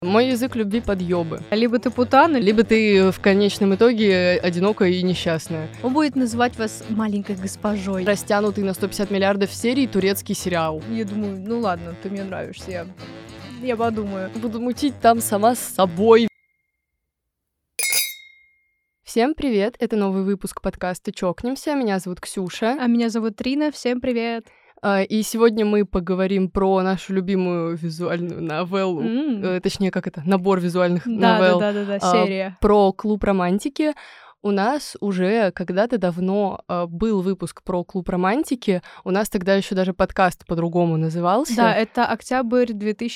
Мой язык любви подъёбы. Либо ты путана, Либо ты в конечном итоге одинокая и несчастная. он будет называть вас маленькой госпожой. Растянутый на 150 миллиардов серий турецкий сериал. Я думаю, ну ладно, ты мне нравишься, я подумаю. Буду мутить там сама с собой. Всем привет, это новый выпуск подкаста «Чокнемся». Меня зовут Ксюша. А меня зовут Трина, всем привет. И сегодня мы поговорим про нашу любимую визуальную новеллу. Точнее, как это? Набор визуальных новелл. Да, серия. Про клуб романтики. У нас уже когда-то давно был выпуск про клуб романтики. У нас тогда еще даже подкаст по-другому назывался. Да, это октябрь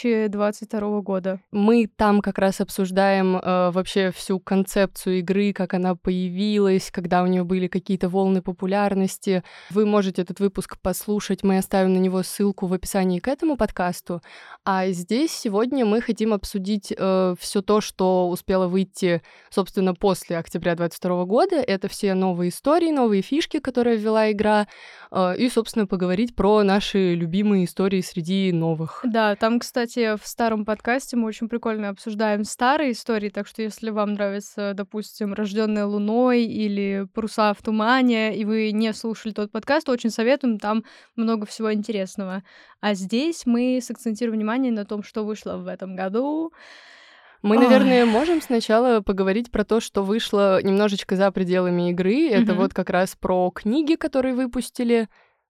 2022 года. Мы там как раз обсуждаем вообще всю концепцию игры, как она появилась, когда у нее были какие-то волны популярности. Вы можете этот выпуск послушать, мы оставим на него ссылку в описании к этому подкасту. А здесь сегодня мы хотим обсудить все то, что успело выйти, собственно, после октября 2022 года. Это все новые истории, новые фишки, которые ввела игра, и, собственно, поговорить про наши любимые истории среди новых. Да, там, кстати, в старом подкасте мы очень прикольно обсуждаем старые истории, так что если вам нравится, допустим, «Рождённая луной» или «Паруса в тумане», и вы не слушали тот подкаст, очень советуем, там много всего интересного. А здесь мы сакцентируем внимание на том, что вышло в этом году. Мы, наверное, можем сначала поговорить про то, что вышло немножечко за пределами игры. Это вот как раз про книги, которые выпустили.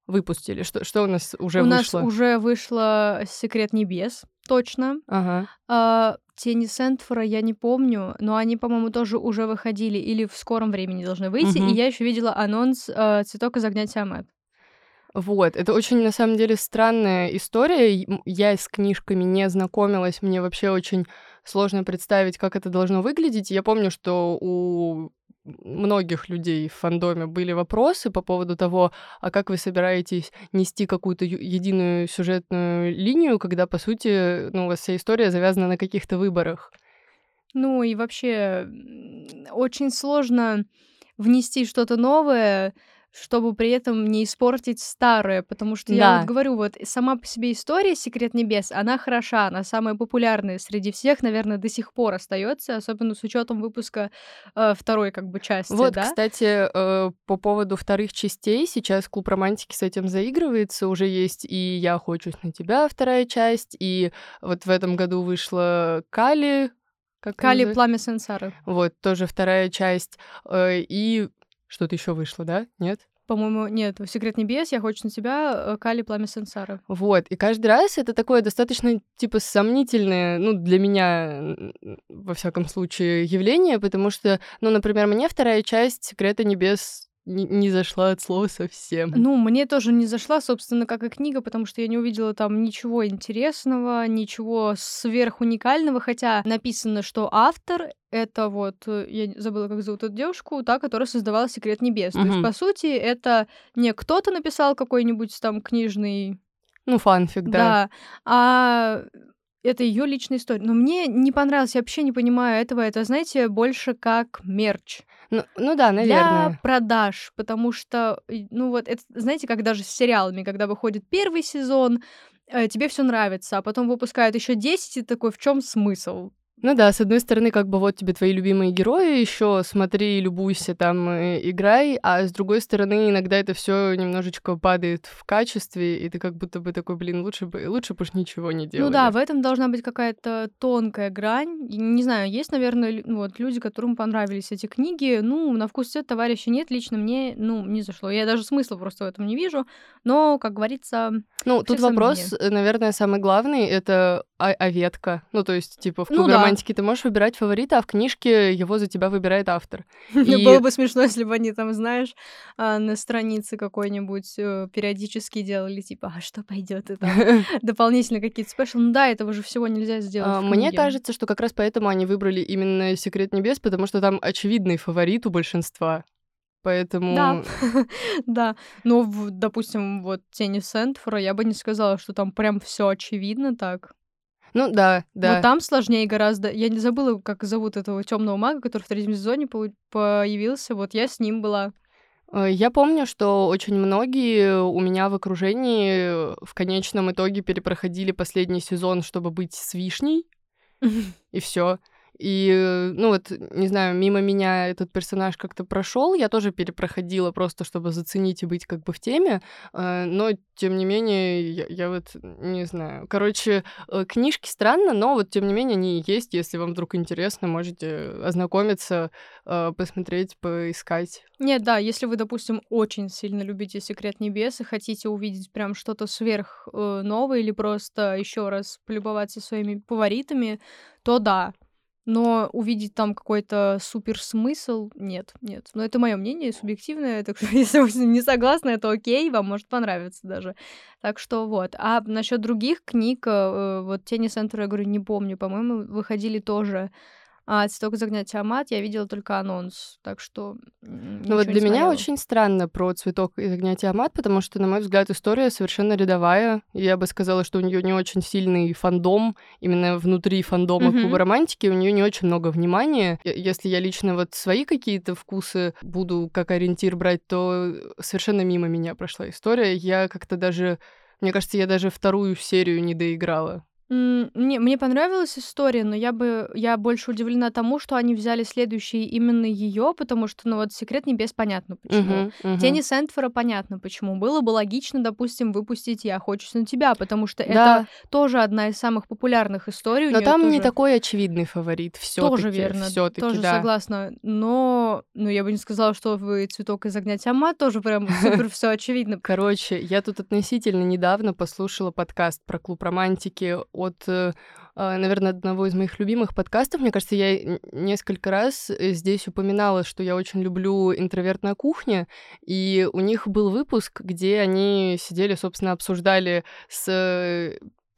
Что у нас уже вышло? У нас уже вышло «Секрет небес», точно. Ага. «Тени Сентфора» я не помню, но они, по-моему, тоже уже выходили или в скором времени должны выйти. И я еще видела анонс «Цветок из огня Тиамет». Вот, это очень, на самом деле, странная история. Я с книжками не знакомилась, мне вообще очень сложно представить, как это должно выглядеть. Я помню, что у многих людей в фандоме были вопросы по поводу того, а как вы собираетесь нести какую-то единую сюжетную линию, когда, по сути, у вас вся история завязана на каких-то выборах. Ну и вообще очень сложно внести что-то новое, чтобы при этом не испортить старое, потому что я вот говорю, вот сама по себе история «Секрет небес», она хороша, она самая популярная среди всех, наверное, до сих пор остается, особенно с учетом выпуска второй как бы части, Вот, да? кстати, по поводу вторых частей, сейчас клуб романтики с этим заигрывается, уже есть и «Я охочусь на тебя» вторая часть, и вот в этом году вышла Кали. Кали «Пламя сансары». Вот, тоже вторая часть, и что-то еще вышло, да? Нет? По-моему, нет, «Секрет небес», «Я хочу на тебя», Кали «Пламя сансары». Вот, и каждый раз это такое достаточно, типа, сомнительное, для меня, во всяком случае, явление, потому что, например, мне вторая часть «Секрета небес» не зашла от слова совсем. Мне тоже не зашла, собственно, как и книга, потому что я не увидела там ничего интересного, ничего сверхуникального, хотя написано, что автор — это вот, я забыла, как зовут эту девушку, та, которая создавала «Секрет небес». То есть, по сути, это не кто-то написал какой-нибудь там книжный... фанфик, да. Да, а это ее личная история. Но мне не понравилось, я вообще не понимаю этого. Это, знаете, больше как мерч. Ну да, наверное. Для продаж, потому что, вот это, знаете, как даже с сериалами, когда выходит первый сезон, тебе все нравится, а потом выпускают еще 10, и такой, в чем смысл? Ну да, с одной стороны, как бы вот тебе твои любимые герои, еще смотри, любуйся, там, играй, а с другой стороны, иногда это все немножечко падает в качестве, и ты как будто бы такой, лучше бы уж ничего не делали. Ну да, в этом должна быть какая-то тонкая грань. И, не знаю, есть, наверное, вот люди, которым понравились эти книги. На вкус цвет товарища нет, лично мне, не зашло. Я даже смысла просто в этом не вижу, но, как говорится, тут вопрос, наверное, самый главный, это ветка. То есть, типа, в клубе романтики ты можешь выбирать фаворита, а в книжке его за тебя выбирает автор. Было бы смешно, если бы они там, знаешь, на странице какой-нибудь периодически делали, типа, а что пойдет, и там дополнительно какие-то спешл. Да, этого же всего нельзя сделать в Мне книге. кажется, что как раз поэтому они выбрали именно «Секрет небес», потому что там очевидный фаворит у большинства. Поэтому... Да. Но, допустим, вот «Тени Сентфора» я бы не сказала, что там прям все очевидно так. Да. Но там сложнее гораздо. Я не забыла, как зовут этого темного мага, который в третьем сезоне появился. Вот я с ним была. Я помню, что очень многие у меня в окружении в конечном итоге перепроходили последний сезон, чтобы быть с Вишней. и все. И, ну вот, не знаю, мимо меня этот персонаж как-то прошел, я тоже перепроходила просто, чтобы заценить и быть как бы в теме, но, тем не менее, я вот не знаю. Короче, книжки странно, но вот, тем не менее, они есть. Если вам вдруг интересно, можете ознакомиться, посмотреть, поискать. Нет, да, если вы, допустим, очень сильно любите «Секрет небес» и хотите увидеть прям что-то сверх новое или просто еще раз полюбоваться своими фаворитами, то да. Но увидеть там какой-то суперсмысл — нет, нет. Но это мое мнение, субъективное, так что если вы с ним не согласны, это окей, вам может понравиться даже. Так что вот. А насчет других книг, вот «Тени Сентера», я говорю, не помню, по-моему, выходили тоже. А «Цветок из огня Тиамат» я видела только анонс, так что Ну вот ничего не для меня смотрела. очень странно про «Цветок из огня Тиамат», потому что, на мой взгляд, история совершенно рядовая. Я бы сказала, что у нее не очень сильный фандом, именно внутри фандома клуба романтики, у нее не очень много внимания. Если я лично вот свои какие-то вкусы буду как ориентир брать, то совершенно мимо меня прошла история. Я как-то даже, мне кажется, я даже вторую серию не доиграла. Мне понравилась история, но я больше удивлена тому, что они взяли следующий именно ее, потому что, ну вот «Секрет небес» понятно почему. «Тени Сентфера» понятно почему. Было бы логично, допустим, выпустить «Я охочусь на тебя», потому что это Да, тоже одна из самых популярных историй. У но неё там не тоже такой очевидный фаворит. тоже Все-таки, верно, все-таки, тоже да. согласна. Но, ну, я бы не сказала, что вы «Цветок из огня Тиамат» тоже прям супер все очевидно. Короче, я тут относительно недавно послушала подкаст про клуб романтики от, наверное, одного из моих любимых подкастов. Мне кажется, я несколько раз здесь упоминала, что я очень люблю «Интровертная кухня», и у них был выпуск, где они сидели, собственно, обсуждали с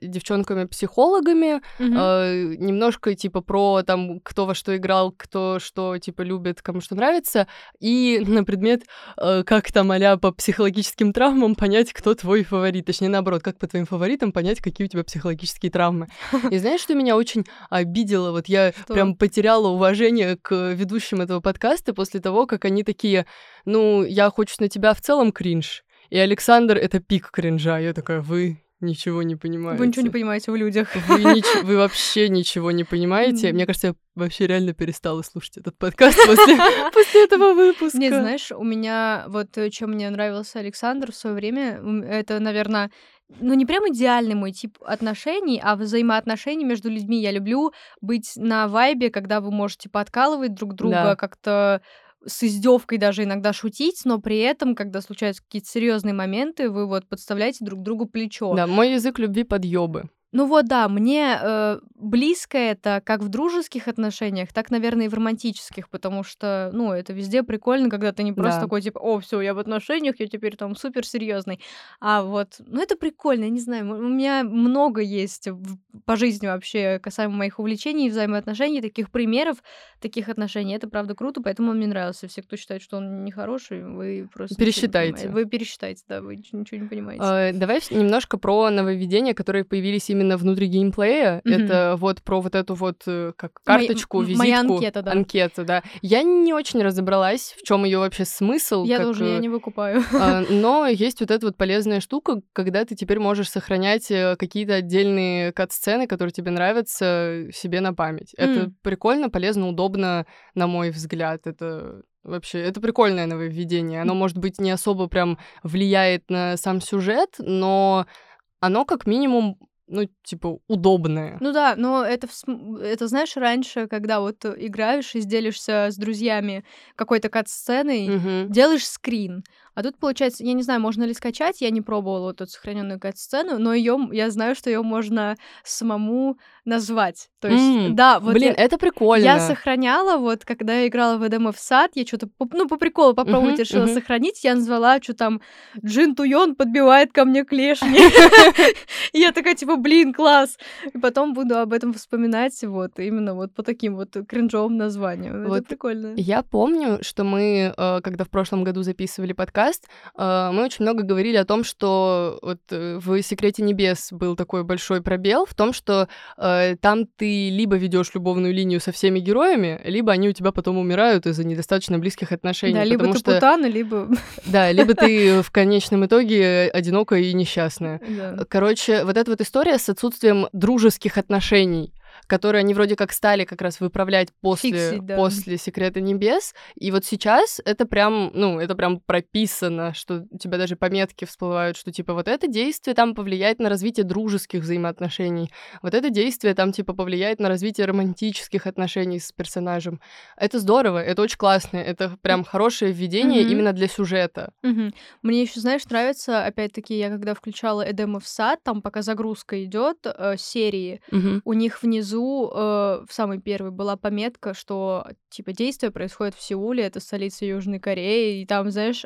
девчонками-психологами, немножко, типа, про там, кто во что играл, кто что, типа, любит, кому что нравится, и на предмет, как там а-ля по психологическим травмам понять, кто твой фаворит. Точнее, наоборот, как по твоим фаворитам понять, какие у тебя психологические травмы. И знаешь, что меня очень обидело? Вот я прям потеряла уважение к ведущим этого подкаста после того, как они такие, ну, «Я охочусь на тебя» в целом кринж, и Александр — это пик кринжа. Я такая, вы ничего не понимаете. Вы ничего не понимаете в людях. Вы вообще ничего не понимаете. Мне кажется, я вообще реально перестала слушать этот подкаст после этого выпуска. Нет, знаешь, у меня вот чем мне нравился Александр в свое время, это, наверное, ну не прям идеальный мой тип отношений, а взаимоотношений между людьми. Я люблю быть на вайбе, когда вы можете подкалывать друг друга, как-то с издевкой даже иногда шутить, но при этом, когда случаются какие-то серьезные моменты, вы вот подставляете друг другу плечо. Да, мой язык любви — подъёбы. Ну вот да, мне близко это как в дружеских отношениях, так, наверное, и в романтических, потому что, ну, это везде прикольно, когда ты не просто такой, типа, о, все, я в отношениях, я теперь там суперсерьезный. А вот, ну, это прикольно, я не знаю, у меня много есть по жизни вообще касаемо моих увлечений и взаимоотношений, таких примеров, таких отношений. Это правда круто, поэтому он мне нравился. Все, кто считает, что он нехороший, вы просто пересчитайте. Вы пересчитайте, да, вы ничего не понимаете. Давай немножко про нововведения, которые появились именно внутри геймплея. Это вот про вот эту вот как карточку, визитку. Моя анкета, да. Анкету, да. Я не очень разобралась, в чем ее вообще смысл. Я тоже, я не выкупаю. Но есть вот эта вот полезная штука, когда ты теперь можешь сохранять какие-то отдельные кат-сцены, которые тебе нравятся, себе на память. Это прикольно, полезно, удобно, на мой взгляд. Это вообще, это прикольное нововведение. Оно, может быть, не особо прям влияет на сам сюжет, но оно как минимум, ну, типа, удобное. Ну да, но это, знаешь, раньше, когда вот играешь и делишься с друзьями какой-то кат-сценой, делаешь скрин. А тут, получается, я не знаю, можно ли скачать, я не пробовала вот эту сохраненную кат-сцену, но я знаю, что ее можно самому назвать. То есть, да, вот блин, это прикольно. Я сохраняла, вот, когда я играла в Эдемов сад, я что-то, ну, по приколу попробовать решила сохранить, я назвала, что там, Джин Туйон подбивает ко мне клешни. И я такая, типа, блин, класс! И потом буду об этом вспоминать, вот, именно вот по таким вот кринжовым названиям. Это прикольно. Я помню, что мы, когда в прошлом году записывали подкаст, мы очень много говорили о том, что вот в «Секрете небес» был такой большой пробел в том, что там ты либо ведешь любовную линию со всеми героями, либо они у тебя потом умирают из-за недостаточно близких отношений. Да, либо ты путана, либо... Да, либо ты в конечном итоге одинокая и несчастная. Да. Короче, вот эта вот история с отсутствием дружеских отношений, которые они вроде как стали как раз выправлять Фиксить, да. после «Секрета небес». И вот сейчас это прям, это прям прописано, что у тебя даже пометки всплывают, что типа вот это действие там повлияет на развитие дружеских взаимоотношений, вот это действие там типа повлияет на развитие романтических отношений с персонажем. Это здорово, это очень классно, это прям хорошее введение именно для сюжета. Мне еще, знаешь, нравится, опять-таки, я когда включала «Эдемов сад», там пока загрузка идет серии, у них внизу в самой первой была пометка, что типа действие происходит в Сеуле, это столица Южной Кореи, и там, знаешь,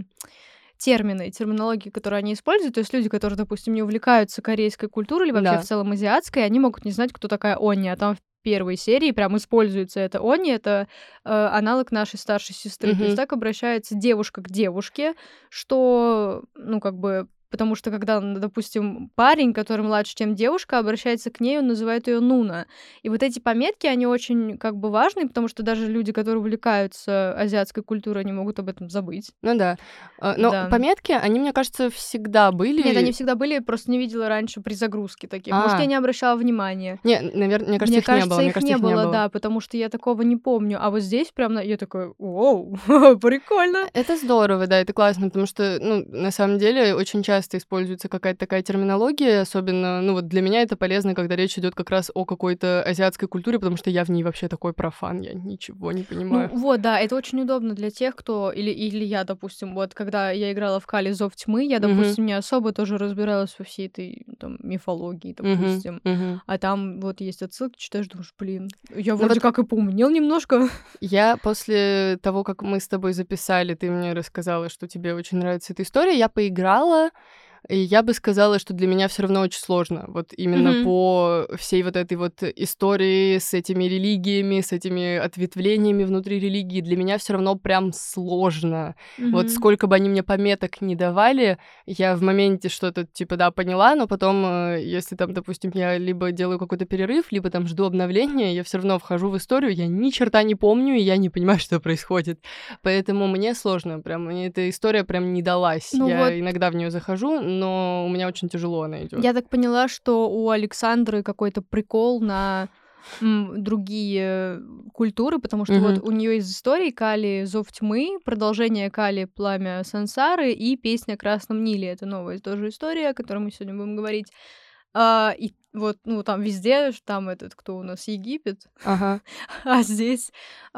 терминологии, которые они используют, то есть люди, которые, допустим, не увлекаются корейской культурой или вообще в целом азиатской, они могут не знать, кто такая Онни, а там в первой серии прям используется это Онни, это аналог нашей старшей сестры. То есть так обращается девушка к девушке, что, потому что когда, допустим, парень, который младше, чем девушка, обращается к ней, он называет ее Нуна. И вот эти пометки, они очень важны, потому что даже люди, которые увлекаются азиатской культурой, они могут об этом забыть. Ну да. Но пометки, они, мне кажется, всегда были. Нет, они всегда были, просто не видела раньше при загрузке таких. Может, я не обращала внимания. Не, наверное, мне кажется, их не было. Да, потому что я такого не помню. А вот здесь прям я такая, вау, прикольно. Это здорово, да, это классно, потому что, на самом деле, очень часто используется какая-то такая терминология, особенно, вот для меня это полезно, когда речь идет как раз о какой-то азиатской культуре, потому что я в ней вообще такой профан, я ничего не понимаю. Да, это очень удобно для тех, кто, или я, допустим, вот когда я играла в Кали Зов тьмы, я, допустим, не особо тоже разбиралась во всей этой там мифологии, допустим, а там вот есть отсылки, читаешь, думаешь, блин, я вроде как и поумнел немножко. Я после того, как мы с тобой записали, ты мне рассказала, что тебе очень нравится эта история, я поиграла, и я бы сказала, что для меня все равно очень сложно. Вот именно по всей вот этой вот истории с этими религиями, с этими ответвлениями внутри религии, для меня все равно прям сложно. Вот сколько бы они мне пометок не давали, я в моменте что-то типа, поняла, но потом, если там, допустим, я либо делаю какой-то перерыв, либо там жду обновления, я все равно вхожу в историю, я ни черта не помню, и я не понимаю, что происходит. Поэтому мне сложно, прям мне эта история прям не далась. Я иногда в нее захожу, но у меня очень тяжело она идет. Я так поняла, что у Александры какой-то прикол на другие культуры, потому что вот у нее из истории Кали Зов тьмы, продолжение Кали Пламя сансары и песня о Красном Ниле. Это новая тоже история, о которой мы сегодня будем говорить. И вот, там везде, там кто у нас, Египет, а здесь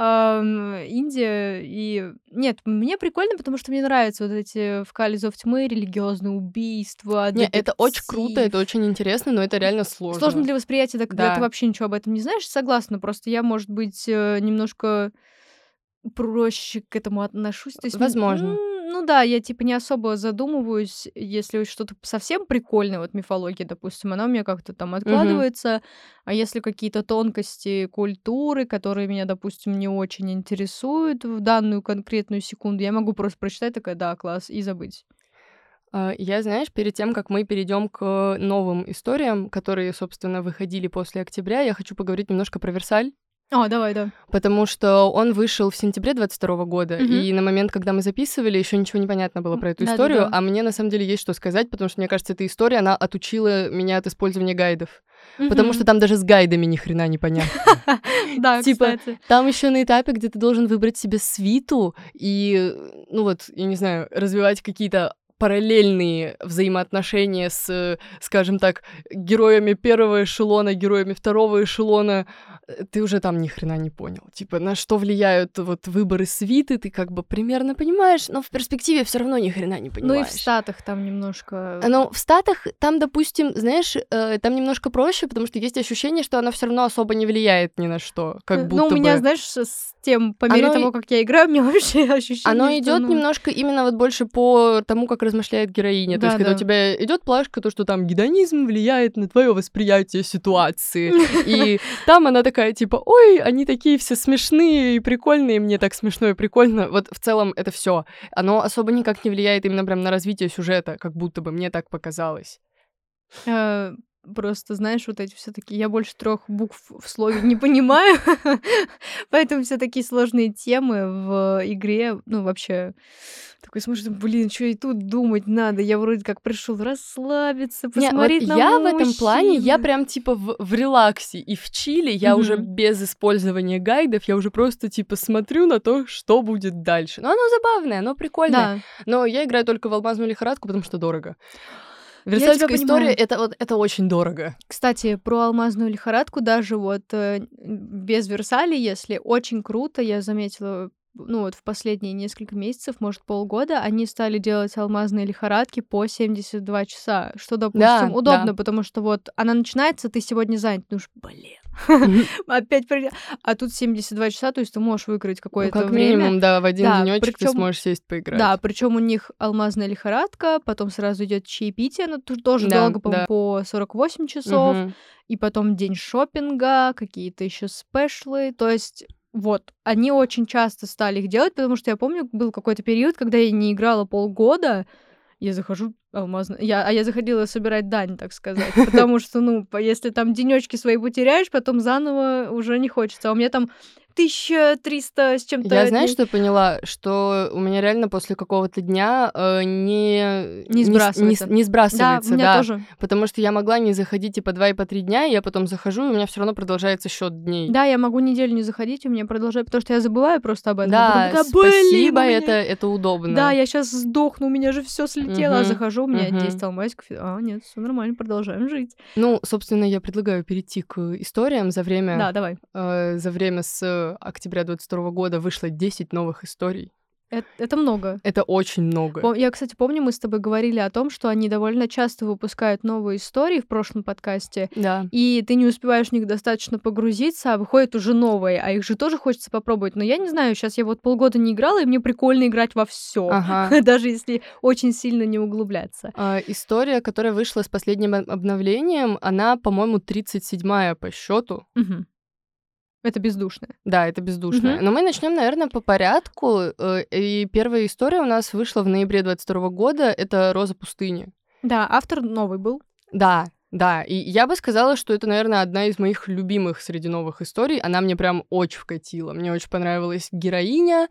Индия. И нет, мне прикольно, потому что мне нравятся вот эти в Кали Зов тьмы религиозные убийства, детектив. Это очень круто, это очень интересно, но это реально сложно. Сложно для восприятия, когда ты вообще ничего об этом не знаешь. Согласна, просто я, может быть, немножко проще к этому отношусь. То есть, возможно. Да, я не особо задумываюсь, если что-то совсем прикольное, вот мифология, допустим, она у меня как-то там откладывается, а если какие-то тонкости культуры, которые меня, допустим, не очень интересуют в данную конкретную секунду, я могу просто прочитать, такая, да, класс, и забыть. Я, знаешь, перед тем, как мы перейдем к новым историям, которые, собственно, выходили после октября, я хочу поговорить немножко про «Версаль». Давай, да. Потому что он вышел в сентябре 22 года, и на момент, когда мы записывали, еще ничего не понятно было про эту историю, а мне на самом деле есть что сказать, потому что, мне кажется, эта история, она отучила меня от использования гайдов. Потому что там даже с гайдами ни хрена не понятно. Да, кстати. Там еще на этапе, где ты должен выбрать себе свиту и, я не знаю, развивать какие-то параллельные взаимоотношения с, скажем так, героями первого эшелона, героями второго эшелона, ты уже там ни хрена не понял. На что влияют вот выборы свиты, ты примерно понимаешь, но в перспективе все равно ни хрена не понимаешь. И в Штатах там немножко... В Штатах там, допустим, знаешь, там немножко проще, потому что есть ощущение, что оно все равно особо не влияет ни на что, как будто бы... у меня, знаешь, с тем, по мере того, как я играю, у меня вообще ощущение, оно идет немножко именно вот больше по тому, как размышляет героиня. То есть, когда у тебя идет плашка, то, что там гедонизм влияет на твое восприятие ситуации. И там она такая, ой, они такие все смешные и прикольные, мне так смешно и прикольно. Вот в целом это все. Оно особо никак не влияет именно прям на развитие сюжета, как будто бы мне так показалось. просто, знаешь, вот эти все такие... Я больше 3 букв в слове не понимаю, поэтому все такие сложные темы в игре. Ну, вообще, такой смотришь, блин, что и тут думать надо? Я вроде как пришел расслабиться, Не, вот посмотреть на я в этом плане, я мужчин. прям типа в релаксе и в чиле, я уже Мгм. без использования гайдов, я уже просто типа смотрю на то, что будет дальше. Но оно забавное, оно прикольное. Да, Но я играю только в алмазную лихорадку, потому что дорого. я тебя Версальская история понимаю. это очень дорого. Кстати, про алмазную лихорадку даже вот, без Версалей, если, очень круто, я заметила, ну, вот в последние несколько месяцев, может, полгода, они стали делать алмазные лихорадки по 72 часа, что, допустим, Да, да. удобно, потому что вот она начинается, ты сегодня занят, ну уж, блин, опять придё А тут 72 часа, то есть ты можешь выкроить Ну, какое-то как время. минимум, да, в один Да, денечек ты причем сможешь сесть да, поиграть. причем у них алмазная лихорадка, потом сразу идет чаепитие, оно тоже Да, долго, по-моему, да. по 48 часов, Мгм. и потом день шопинга, какие-то еще спешлы. То есть вот, они очень часто стали их делать, потому что я помню, был какой-то период, когда я не играла полгода, я захожу, я заходила собирать дань, так сказать, потому что, ну, если там денечки свои потеряешь, потом заново уже не хочется. А у меня там 1300 с Я, чем-то знаешь, дней. что поняла? Что у меня реально после какого-то дня, Не сбрасывается. не Да, у сбрасывается, меня да. тоже. Потому что я могла не заходить и по 2, и по 3 дня, и я потом захожу, и у меня все равно продолжается счет дней. Да, я могу неделю не заходить, у меня продолжает, потому что я забываю просто об этом, а потом Да, такая: "Блин, спасибо, у меня это да, удобно. я сейчас сдохну, у меня же все слетело". А Мгм, захожу, у меня мгм. 10 алмазиков. Нет, все нормально, продолжаем жить. Ну, собственно, я предлагаю перейти к историям. Да, давай. За время с октября 22 года вышло 10 новых историй. Это много. Это очень много. Я, кстати, помню, мы с тобой говорили о том, что они довольно часто выпускают новые истории в прошлом подкасте, Да. и ты не успеваешь в них достаточно погрузиться, а выходят уже новые, а их же тоже хочется попробовать. Но я не знаю, сейчас я вот полгода не играла, и мне прикольно играть во все, Ага. даже если очень сильно не углубляться. История, которая вышла с последним обновлением, она, по-моему, 37-я по счету. Мгм. Это бездушное. Да, это бездушная. Мгм. Но мы начнем, наверное, по порядку. И первая история у нас вышла в ноябре 22 года. Это «Роза пустыни». Да, автор новый был. Да, да. И я бы сказала, что это, наверное, одна из моих любимых среди новых историй. Она мне прям очень вкатила. Мне очень понравилась героиня,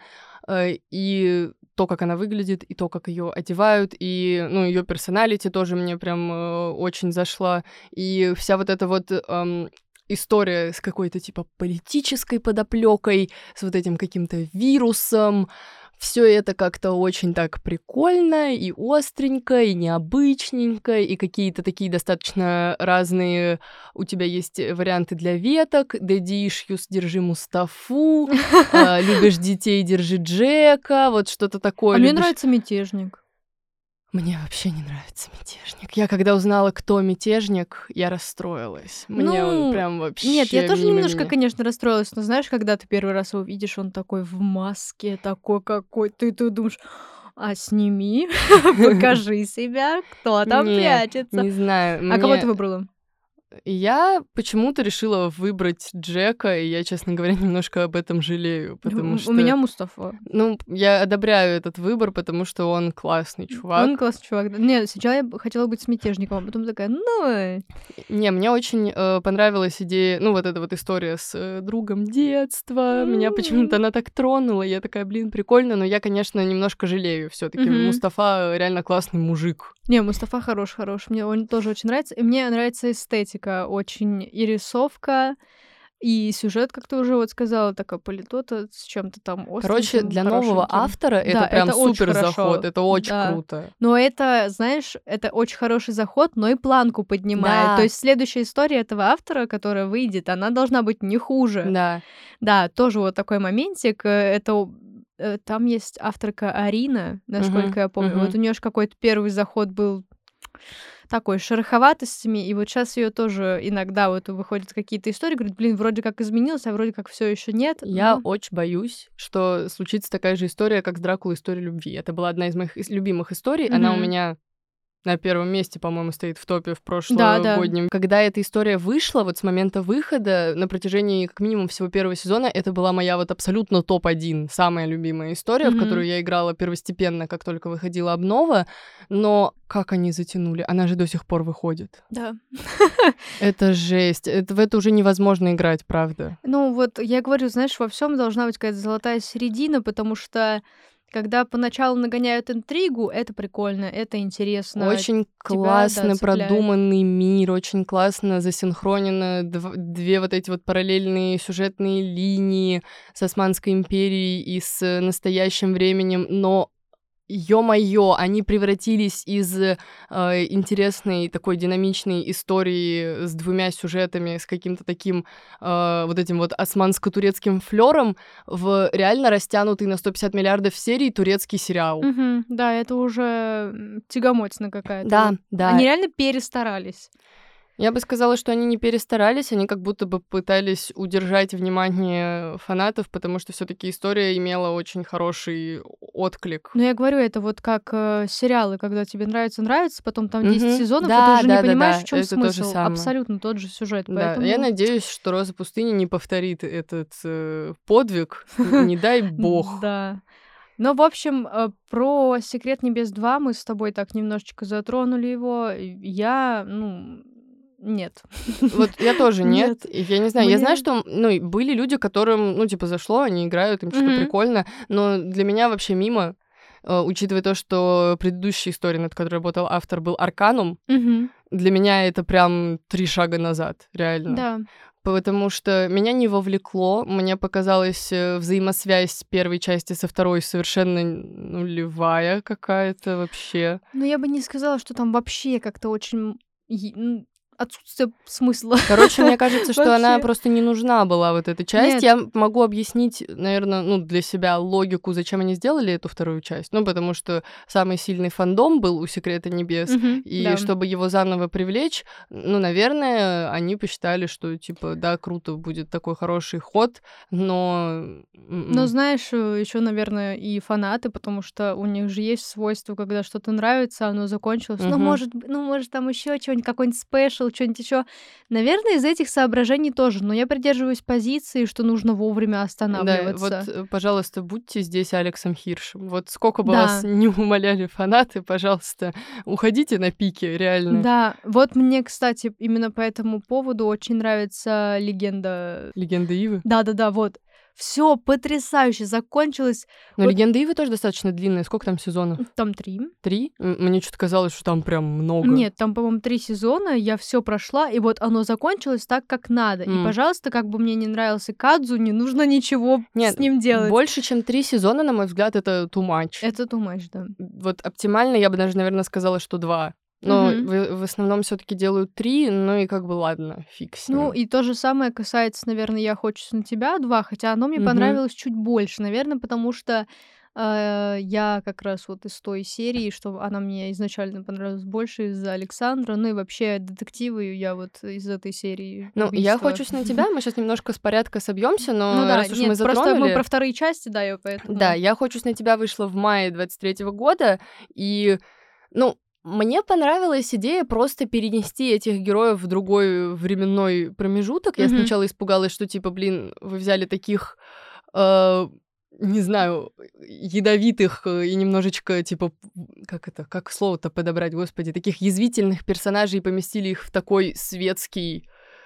и то, как она выглядит, и то, как ее одевают, и, ну, ее персоналити тоже мне прям очень зашла. И вся вот эта вот история с какой-то типа политической подоплекой, с вот этим каким-то вирусом. Все это как-то очень так прикольно и остренько, и необычненько, и какие-то такие достаточно разные у тебя есть варианты для веток. Daddy issues, держи Мустафу, любишь детей, держи Джека, вот что-то такое. А мне любишь... нравится мятежник. Мне вообще не нравится мятежник. Я когда узнала, кто мятежник, я расстроилась. Мне он Ну, прям вообще нет, я тоже мимо немножко, меня. конечно, расстроилась, но знаешь, когда ты первый раз его видишь, он такой в маске, такой какой, ты думаешь: "А сними, покажи себя, кто там Не, прячется". не знаю, А кого ты мне... выбрала? Я почему-то решила выбрать Джека, и я, честно говоря, немножко об этом жалею, потому У что, меня Мустафа. ну, я одобряю этот выбор, потому что он классный Он чувак. классный чувак. Да. Не, сначала я хотела быть с мятежником, а потом такая: "Ну, Не, мне очень понравилась идея, ну, вот эта вот история с другом детства. Меня почему-то м, она так тронула. Я такая, блин, прикольно, но я, конечно, немножко жалею все-таки. мгм". Мустафа реально классный мужик. Не, Мустафа хорош. Мне он тоже очень нравится. И мне нравится эстетика очень, и рисовка, и сюжет, как ты уже вот сказала, такая политота с чем-то там Короче, остреньким, для нового хорошеньким. автора это Да, прям это очень супер заход, хорошо. это очень Да. круто. Но это, знаешь, это очень хороший заход, но и планку поднимает. То Да, есть следующая история этого автора, которая выйдет, она должна быть не хуже. да. Да, тоже вот такой моментик. Там есть авторка Арина, Мгм, насколько я помню. Вот мгм. у нее ж какой-то первый заход был такой, с шероховатостями, и вот сейчас ее тоже иногда вот выходят какие-то истории, говорит: "Блин, вроде как изменилось, а вроде как все еще нет". Я Но очень боюсь, что случится такая же история, как с Дракулой «История любви». Это была одна из моих любимых историй. Она у Мгм. меня на первом месте, по-моему, стоит в топе в Да. прошлогоднем. Когда эта история вышла, вот с момента выхода, на протяжении как минимум всего первого сезона, это была моя вот абсолютно топ-1, самая любимая история, в которую я играла первостепенно, как только выходила обнова. Но как они затянули? Она же до сих пор выходит. Да. Это жесть. В это уже невозможно играть, правда. Ну вот я говорю, знаешь, во всем должна быть какая-то золотая середина, потому что когда поначалу нагоняют интригу, это прикольно, это интересно. Очень Тебя, классно цепляет. продуманный мир, очень классно засинхронено две вот эти вот параллельные сюжетные линии с Османской империей и с настоящим временем, но ё-моё, они превратились из интересной такой динамичной истории с двумя сюжетами, с каким-то таким вот этим вот османско-турецким флёром в реально растянутый на 150 миллиардов серий турецкий сериал. Да, это уже тягомотина какая-то. Да, да. Они реально перестарались. Я бы сказала, что они не перестарались, они как будто бы пытались удержать внимание фанатов, потому что все-таки история имела очень хороший отклик. Но я говорю, это вот как сериалы, когда тебе нравится, потом там 10 сезонов, и Да, ты уже да, не понимаешь, да, в чем это то же смысл. самое. Абсолютно тот же сюжет. Да, Поэтому... я надеюсь, что «Роза пустыни» не повторит этот подвиг, не дай бог. Да. Ну, в общем, про «Секрет небес 2» мы с тобой так немножечко затронули его. Я, нет. Вот я тоже нет. Нет. И я не знаю, я знаю, Мне- что, были люди, которым, зашло, они играют, им что-то Мгм. прикольно, но для меня вообще мимо, учитывая то, что предыдущая история, над которой работал автор, был «Арканум», Мгм. для меня это прям 3 шага назад, реально. Да. Потому что меня не вовлекло, мне показалась взаимосвязь первой части со второй совершенно нулевая какая-то вообще. Но я бы не сказала, что там вообще как-то очень отсутствие смысла. Короче, мне кажется, что она Вообще. просто не нужна была, вот эта часть. Нет. Я могу объяснить, наверное, для себя логику, зачем они сделали эту вторую часть. Потому что самый сильный фандом был у «Секрета небес», Мгм, и да. чтобы его заново привлечь, наверное, они посчитали, что, типа, да, круто, будет такой хороший ход, но... Но знаешь, еще, наверное, и фанаты, потому что у них же есть свойство, когда что-то нравится, оно закончилось. Мгм. Может, там еще что-нибудь, какой-нибудь спешл, что-нибудь еще. Наверное, из этих соображений тоже. Но я придерживаюсь позиции, что нужно вовремя Да, останавливаться. вот, пожалуйста, будьте здесь Алексом Хиршем. Вот сколько бы Да. вас не умоляли фанаты, пожалуйста, уходите на пике, реально. Да, вот мне, кстати, именно по этому поводу очень нравится легенда. Легенда Ивы. Да, вот. Все потрясающе закончилось. Но Вот- Легенда Ивы тоже достаточно длинная. Сколько там сезонов? Там 3. 3? Мне что-то казалось, что там прям много. Нет, там, по-моему, 3 сезона, я все прошла, и вот оно закончилось так, как надо. И, пожалуйста, как бы мне не нравился Кадзу, не нужно ничего Нет, с ним делать. больше, чем 3 сезона, на мой взгляд, это too much. Это too much, да. Вот оптимально я бы даже, наверное, сказала, что 2. Но Мгм. в основном все таки делают 3, ну и как бы ладно, фиг с ним. Ну, и то же самое касается, наверное, «Я хочусь на тебя» 2, хотя оно мне Мгм. понравилось чуть больше, наверное, потому что я как раз вот из той серии, что она мне изначально понравилась больше из-за Александра, ну и вообще детективы я вот из этой серии Ну, «Я «Убийства». хочусь на тебя», мы сейчас немножко с порядка собьемся, но Ну да, раз уж нет, мы просто затронули... мы про вторые части, да, я поэтому... Да, «Я хочусь на тебя» вышла в мае 23-го года, и, мне понравилась идея просто перенести этих героев в другой временной промежуток. Я Мгм. сначала испугалась, что, типа, вы взяли таких, не знаю, ядовитых и немножечко, типа, как слово-то подобрать, господи, таких язвительных персонажей и поместили их в такой светский...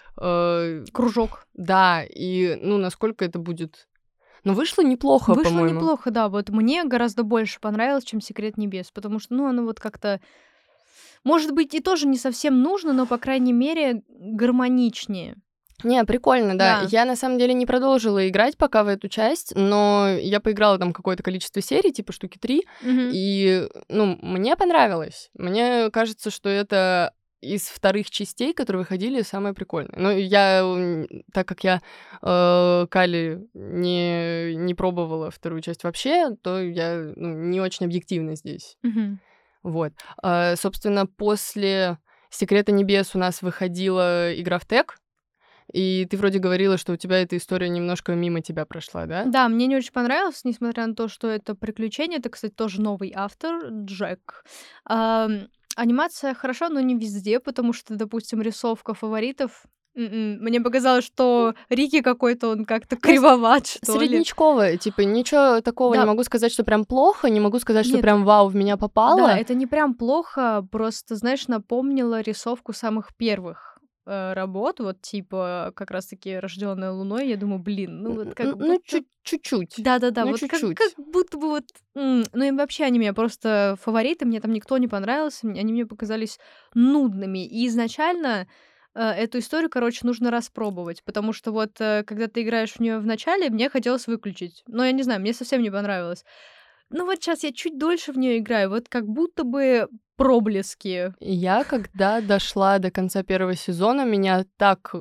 Кружок. Да, и, насколько это будет... Но вышло неплохо, Вышло по-моему. неплохо, да. Вот мне гораздо больше понравилось, чем «Секрет небес», потому что, оно вот как-то, может быть, и тоже не совсем нужно, но, по крайней мере, гармоничнее. Не, прикольно, да. Да. Я, на самом деле, не продолжила играть пока в эту часть, но я поиграла там какое-то количество серий, типа штуки 3, Мгм. и, мне понравилось. Мне кажется, что это из вторых частей, которые выходили, самое прикольное. Но так как я Кали не пробовала вторую часть вообще, то я не очень объективна здесь. Мгм. Вот. Собственно, после «Секрета небес» у нас выходила игра в ТЭК, и ты вроде говорила, что у тебя эта история немножко мимо тебя прошла, да? Да, мне не очень понравилось, несмотря на то, что это приключение. Это, кстати, тоже новый автор, Джек. Анимация хороша, но не везде, потому что, допустим, рисовка фаворитов. Мне показалось, что Рики какой-то, он как-то кривоват, что ли. Среднячковая, типа, ничего такого не Да. могу сказать, что прям плохо, не могу сказать, что Нет. прям вау, в меня Да, попало. это не прям плохо, просто, знаешь, напомнила рисовку самых первых работ, вот типа как раз-таки «Рождённая луной». Я думаю, блин, ну вот как Ну, будто... чуть-чуть. Да-да-да, Ну, вот как чуть-чуть. будто бы вот... Ну и вообще они меня просто фавориты, мне там никто не понравился, они мне показались нудными. И изначально эту историю, короче, нужно распробовать, потому что вот когда ты играешь в нее в начале, мне хотелось выключить. Но я не знаю, мне совсем не понравилось. Ну вот сейчас я чуть дольше в нее играю, вот как будто бы проблески. Я, когда дошла до конца первого сезона, меня так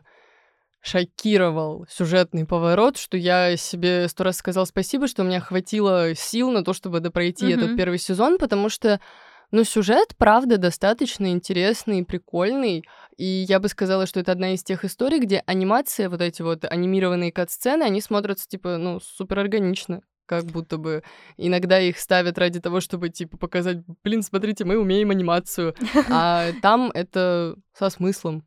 шокировал сюжетный поворот, что я себе 100 раз сказала спасибо, что у меня хватило сил на то, чтобы допройти этот первый сезон, потому что, ну, сюжет, правда, достаточно интересный и прикольный, и я бы сказала, что это одна из тех историй, где анимация, вот эти вот анимированные кат-сцены, они смотрятся, типа, ну, супер органично. Как будто бы иногда их ставят ради того, чтобы, типа, показать, блин, смотрите, мы умеем анимацию, а там это со смыслом.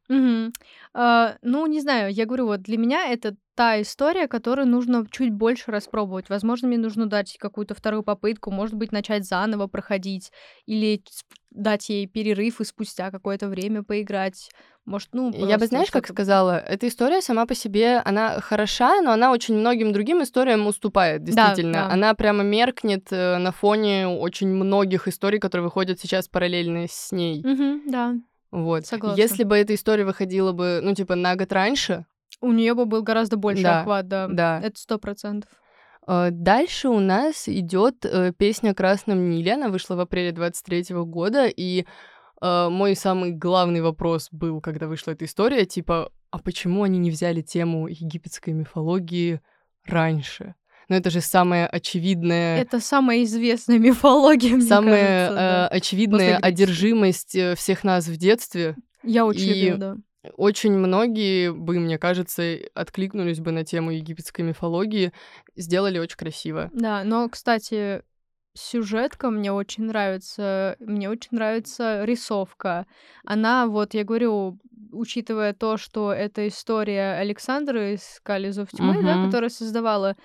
Ну, не знаю, я говорю, вот для меня это та история, которую нужно чуть больше распробовать. Возможно, мне нужно дать какую-то вторую попытку, может быть, начать заново проходить, или дать ей перерыв и спустя какое-то время поиграть. Может, ну, Я бы, знаешь, как что-то... сказала, эта история сама по себе, она хороша, но она очень многим другим историям уступает, действительно. да. Она прямо меркнет на фоне очень многих историй, которые выходят сейчас параллельно с ней. Да, Вот. согласна. Если бы эта история выходила бы, ну, типа, на год раньше, У нее бы был гораздо больше Да, охват, да. да. Это 100%. Дальше у нас идет песня о Красном Ниле. Она вышла в апреле 23-го года, и мой самый главный вопрос был, когда вышла эта история, типа, а почему они не взяли тему египетской мифологии раньше? Ну, это же самое очевидное... Это самая известная мифология, мне Самая кажется, да. очевидная После греческой. одержимость всех нас в детстве. Я очень И люблю, да. очень многие бы, мне кажется, откликнулись бы на тему египетской мифологии, сделали очень красиво. Да, но, кстати, сюжетка мне очень нравится. Мне очень нравится рисовка. Она, вот, я говорю, учитывая то, что это история Александры из «Скали зов тьмы», да, Мгм. которая создавала,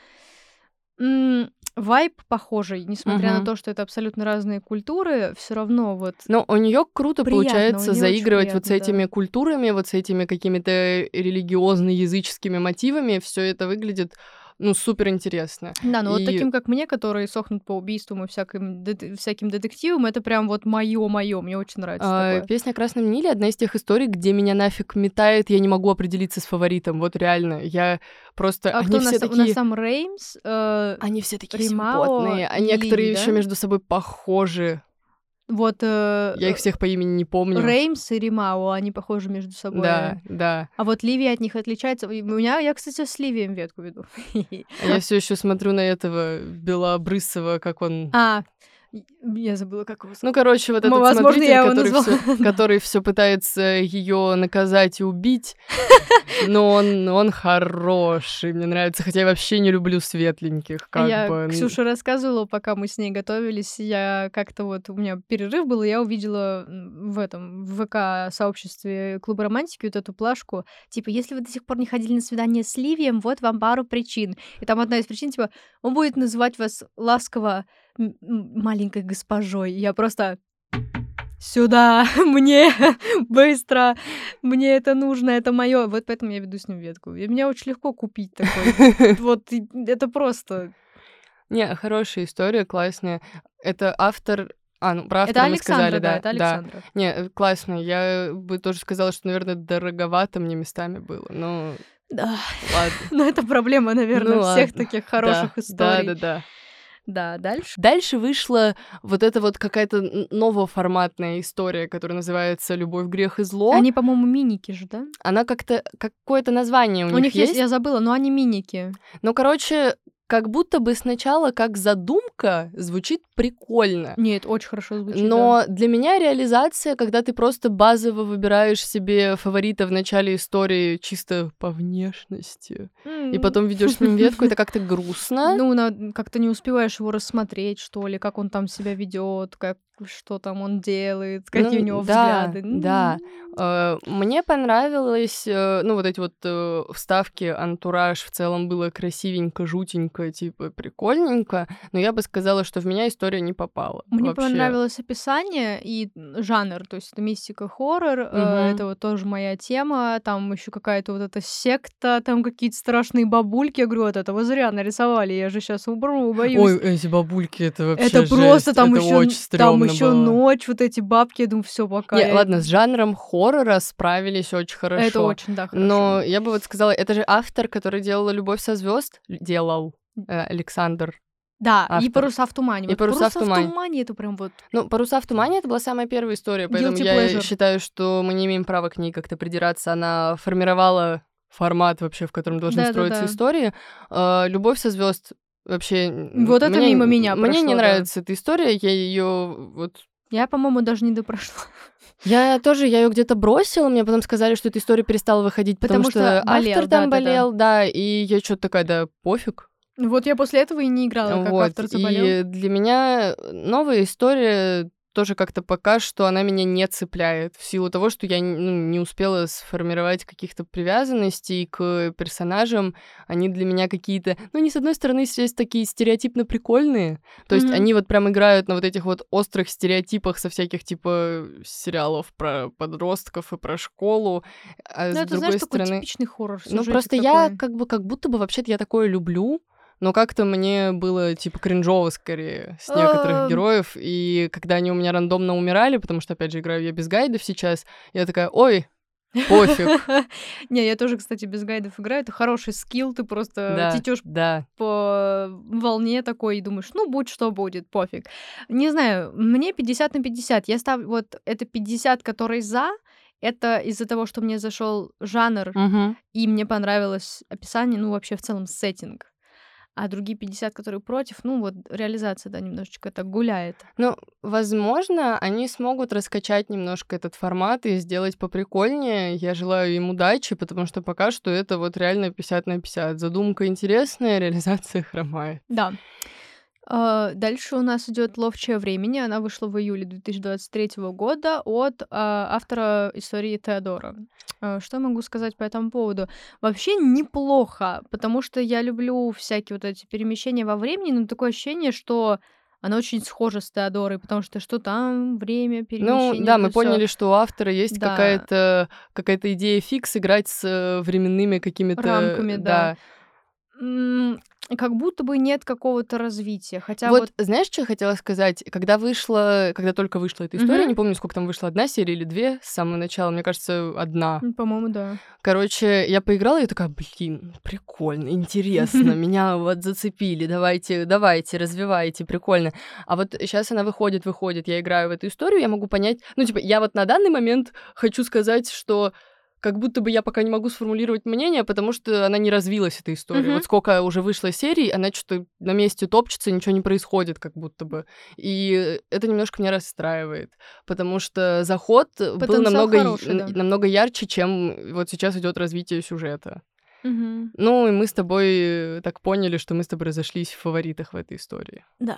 вайб похожий, несмотря на то, что это абсолютно разные культуры, все равно вот Но у нее круто приятно, получается у неё очень заигрывать вот с приятно, этими да. культурами, вот с этими какими-то религиозно-языческими мотивами. Все это выглядит, ну, супер интересно. Да, но вот И таким, как мне, которые сохнут по убийствам и всяким детективам, это прям вот моё. Мне очень нравится такое. песня о Красном Ниле одна из тех историй, где меня нафиг метает, я не могу определиться с фаворитом. Вот реально, я просто А они кто у все нас? У нас такие, там Реймс, они все такие Римао симпотные, а и некоторые Ливи, еще да? между собой похожи. Вот, Я их всех по имени не помню. Реймс и Римао, они похожи между собой. Да, да. А вот Ливия от них отличается. Я, кстати, с Ливием ветку веду. А я все еще смотрю на этого Белобрысова, как он. Я забыла, как его Ну, зовут. короче, вот этот Возможно, смотритель, я его назвала. который все пытается ее наказать и убить, но он хороший, мне нравится, хотя я вообще не люблю светленьких, как Я бы. Ксюше рассказывала, пока мы с ней готовились. Я как-то вот... У меня перерыв был, и я увидела в ВК-сообществе Клуба романтики вот эту плашку. Типа, если вы до сих пор не ходили на свидание с Ливием, вот вам пару причин. И там одна из причин, типа, он будет называть вас ласково маленькой госпожой. Я просто... Сюда, мне, быстро, мне это нужно, это мое. Вот поэтому я веду с ним ветку. И меня очень легко купить такой. Вот это просто... Не, хорошая история, классная. Это автор... про Это автора мы сказали, Александра, да, это да. Александра. Не, классно. Я бы тоже сказала, что, наверное, дороговато мне местами было. Ну, Да, ладно. но это проблема, наверное, Ну всех ладно. таких хороших историй. Да. Да, дальше. Дальше вышла вот эта вот какая-то новоформатная история, которая называется «Любовь, грех и зло». Они, по-моему, миники же, да? Она как-то... Какое-то название у них есть. Я забыла, но они миники. Ну, короче, как будто бы сначала как задумка звучит прикольно. Нет, очень хорошо звучит, Но для меня реализация, когда ты просто базово выбираешь себе фаворита в начале истории чисто по внешности, и потом ведешь с ним ветку, это как-то грустно. Ну, как-то не успеваешь его рассмотреть, что ли, как он там себя ведет, как что там он делает, какие у него да, взгляды. да. Мне понравилось, вот эти вот вставки, антураж в целом было красивенько, жутенько, типа прикольненько, но я бы сказала, что в меня история не попала Мне вообще. понравилось описание и жанр, то есть это мистика, хоррор, это вот тоже моя тема, там еще какая-то вот эта секта, там какие-то страшные бабульки, я говорю, вот это вы зря нарисовали, я же сейчас умру, боюсь. Ой, эти бабульки, это вообще Это жесть, просто там это очень стрёмно было. ночь, вот эти бабки, я думаю, все пока. Не, ладно, с жанром хоррора справились очень хорошо. Это очень, да, хорошо. Но я бы вот сказала, это же автор, который делал «Любовь со звезд», делал Александр. Да, и автор. «Паруса в тумане». И Вот «Паруса в тумане». это прям вот... Ну, «Паруса в тумане» — это была самая первая история, поэтому Guilty я pleasure. считаю, что мы не имеем права к ней как-то придираться. Она формировала формат вообще, в котором должны строиться истории. «Любовь со звезд» вообще... Вот это мимо меня Мне прошло, не да. нравится эта история, я ее вот... Я, по-моему, даже не допрошла. Я ее где-то бросила, мне потом сказали, что эта история перестала выходить, потому что болел, автор там да-да-да. болел, да, и я что-то такая, да, пофиг. Вот я после этого и не играла, как автор заболел. И для меня новая история тоже как-то пока что она меня не цепляет, в силу того, что я не успела сформировать каких-то привязанностей к персонажам. Они для меня какие-то... они, с одной стороны, есть такие стереотипно прикольные, то есть они вот прям играют на вот этих вот острых стереотипах со всяких, типа, сериалов про подростков и про школу, а с это, другой знаешь, стороны... такой типичный хоррор. просто я как будто бы вообще-то я такое люблю, но как-то мне было, типа, кринжово скорее с некоторых героев, и когда они у меня рандомно умирали, потому что, опять же, играю я без гайдов сейчас, я такая, ой, пофиг. Не, я тоже, кстати, без гайдов играю, это хороший скилл, ты просто течёшь по волне такой и думаешь, будь что будет, пофиг. Не знаю, мне 50 на 50, я ставлю, вот это 50, которые за, это из-за того, что мне зашел жанр, и мне понравилось описание, вообще в целом сеттинг. А другие 50, которые против, реализация, да, немножечко так гуляет. Возможно, они смогут раскачать немножко этот формат и сделать поприкольнее. Я желаю им удачи, потому что пока что это вот реально 50 на 50. Задумка интересная, реализация хромает. Да. Дальше у нас идет «Ловчее времени». Она вышла в июле 2023 года от автора истории Теодора. Что я могу сказать по этому поводу? Вообще неплохо, потому что я люблю всякие вот эти перемещения во времени, но такое ощущение, что она очень схожа с Теодорой, потому что там время, перемещение. Да, мы поняли, что у автора есть Да. какая-то идея фикс играть с временными какими-то... рамками, да. Как будто бы нет какого-то развития, хотя Вот знаешь, что я хотела сказать? Когда только вышла эта история, не помню, сколько там вышло, 1 серия или 2 с самого начала, мне кажется, 1. По-моему, да. Короче, я поиграла и такая, блин, прикольно, интересно, меня вот зацепили, давайте, развивайте, прикольно. А вот сейчас она выходит, я играю в эту историю, я могу понять, я вот на данный момент хочу сказать, что как будто бы я пока не могу сформулировать мнение, потому что она не развилась, эта история. Вот сколько уже вышло серий, она что-то на месте топчется, ничего не происходит как будто бы. И это немножко меня расстраивает, потому что заход был намного ярче, чем вот сейчас идет развитие сюжета. И мы с тобой так поняли, что мы с тобой разошлись в фаворитах в этой истории. Да.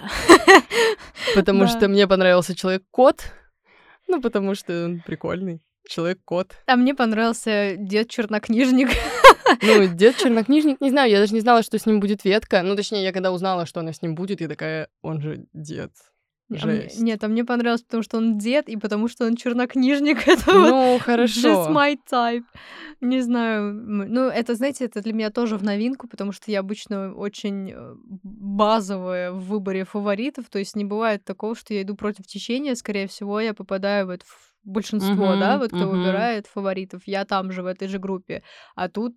Потому что мне понравился Человек-кот, потому что он прикольный. Человек-кот. А мне понравился дед-чернокнижник. Дед-чернокнижник, не знаю, я даже не знала, что с ним будет ветка. Точнее, я когда узнала, что она с ним будет, я такая, он же дед. Жесть. Нет, мне понравилось, потому что он дед, и потому что он чернокнижник. Это хорошо. Just my type. Не знаю. Это, знаете, это для меня тоже в новинку, потому что я обычно очень базовая в выборе фаворитов. То есть не бывает такого, что я иду против течения. Скорее всего, я попадаю в большинство, да, вот кто выбирает фаворитов. Я там же, в этой же группе. А тут...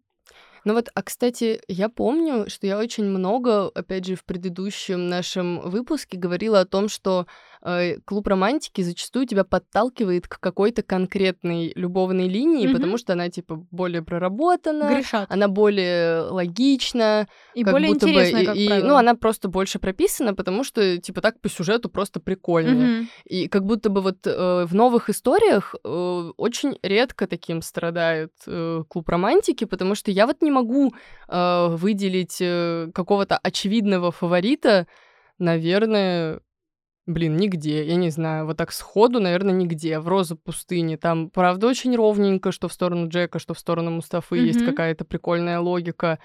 кстати, я помню, что я очень много, опять же, в предыдущем нашем выпуске говорила о том, что клуб романтики зачастую тебя подталкивает к какой-то конкретной любовной линии, потому что она, более проработана, грешат. Она более логична. И более интересная, как правило. Она просто больше прописана, потому что, так по сюжету просто прикольнее. И как будто бы вот в новых историях очень редко таким страдает клуб романтики, потому что я вот не могу выделить какого-то очевидного фаворита, наверное, Блин, нигде, я не знаю, вот так сходу, наверное, нигде. В «Роза пустыни» там, правда, очень ровненько, что в сторону Джека, что в сторону Мустафы есть какая-то прикольная логика.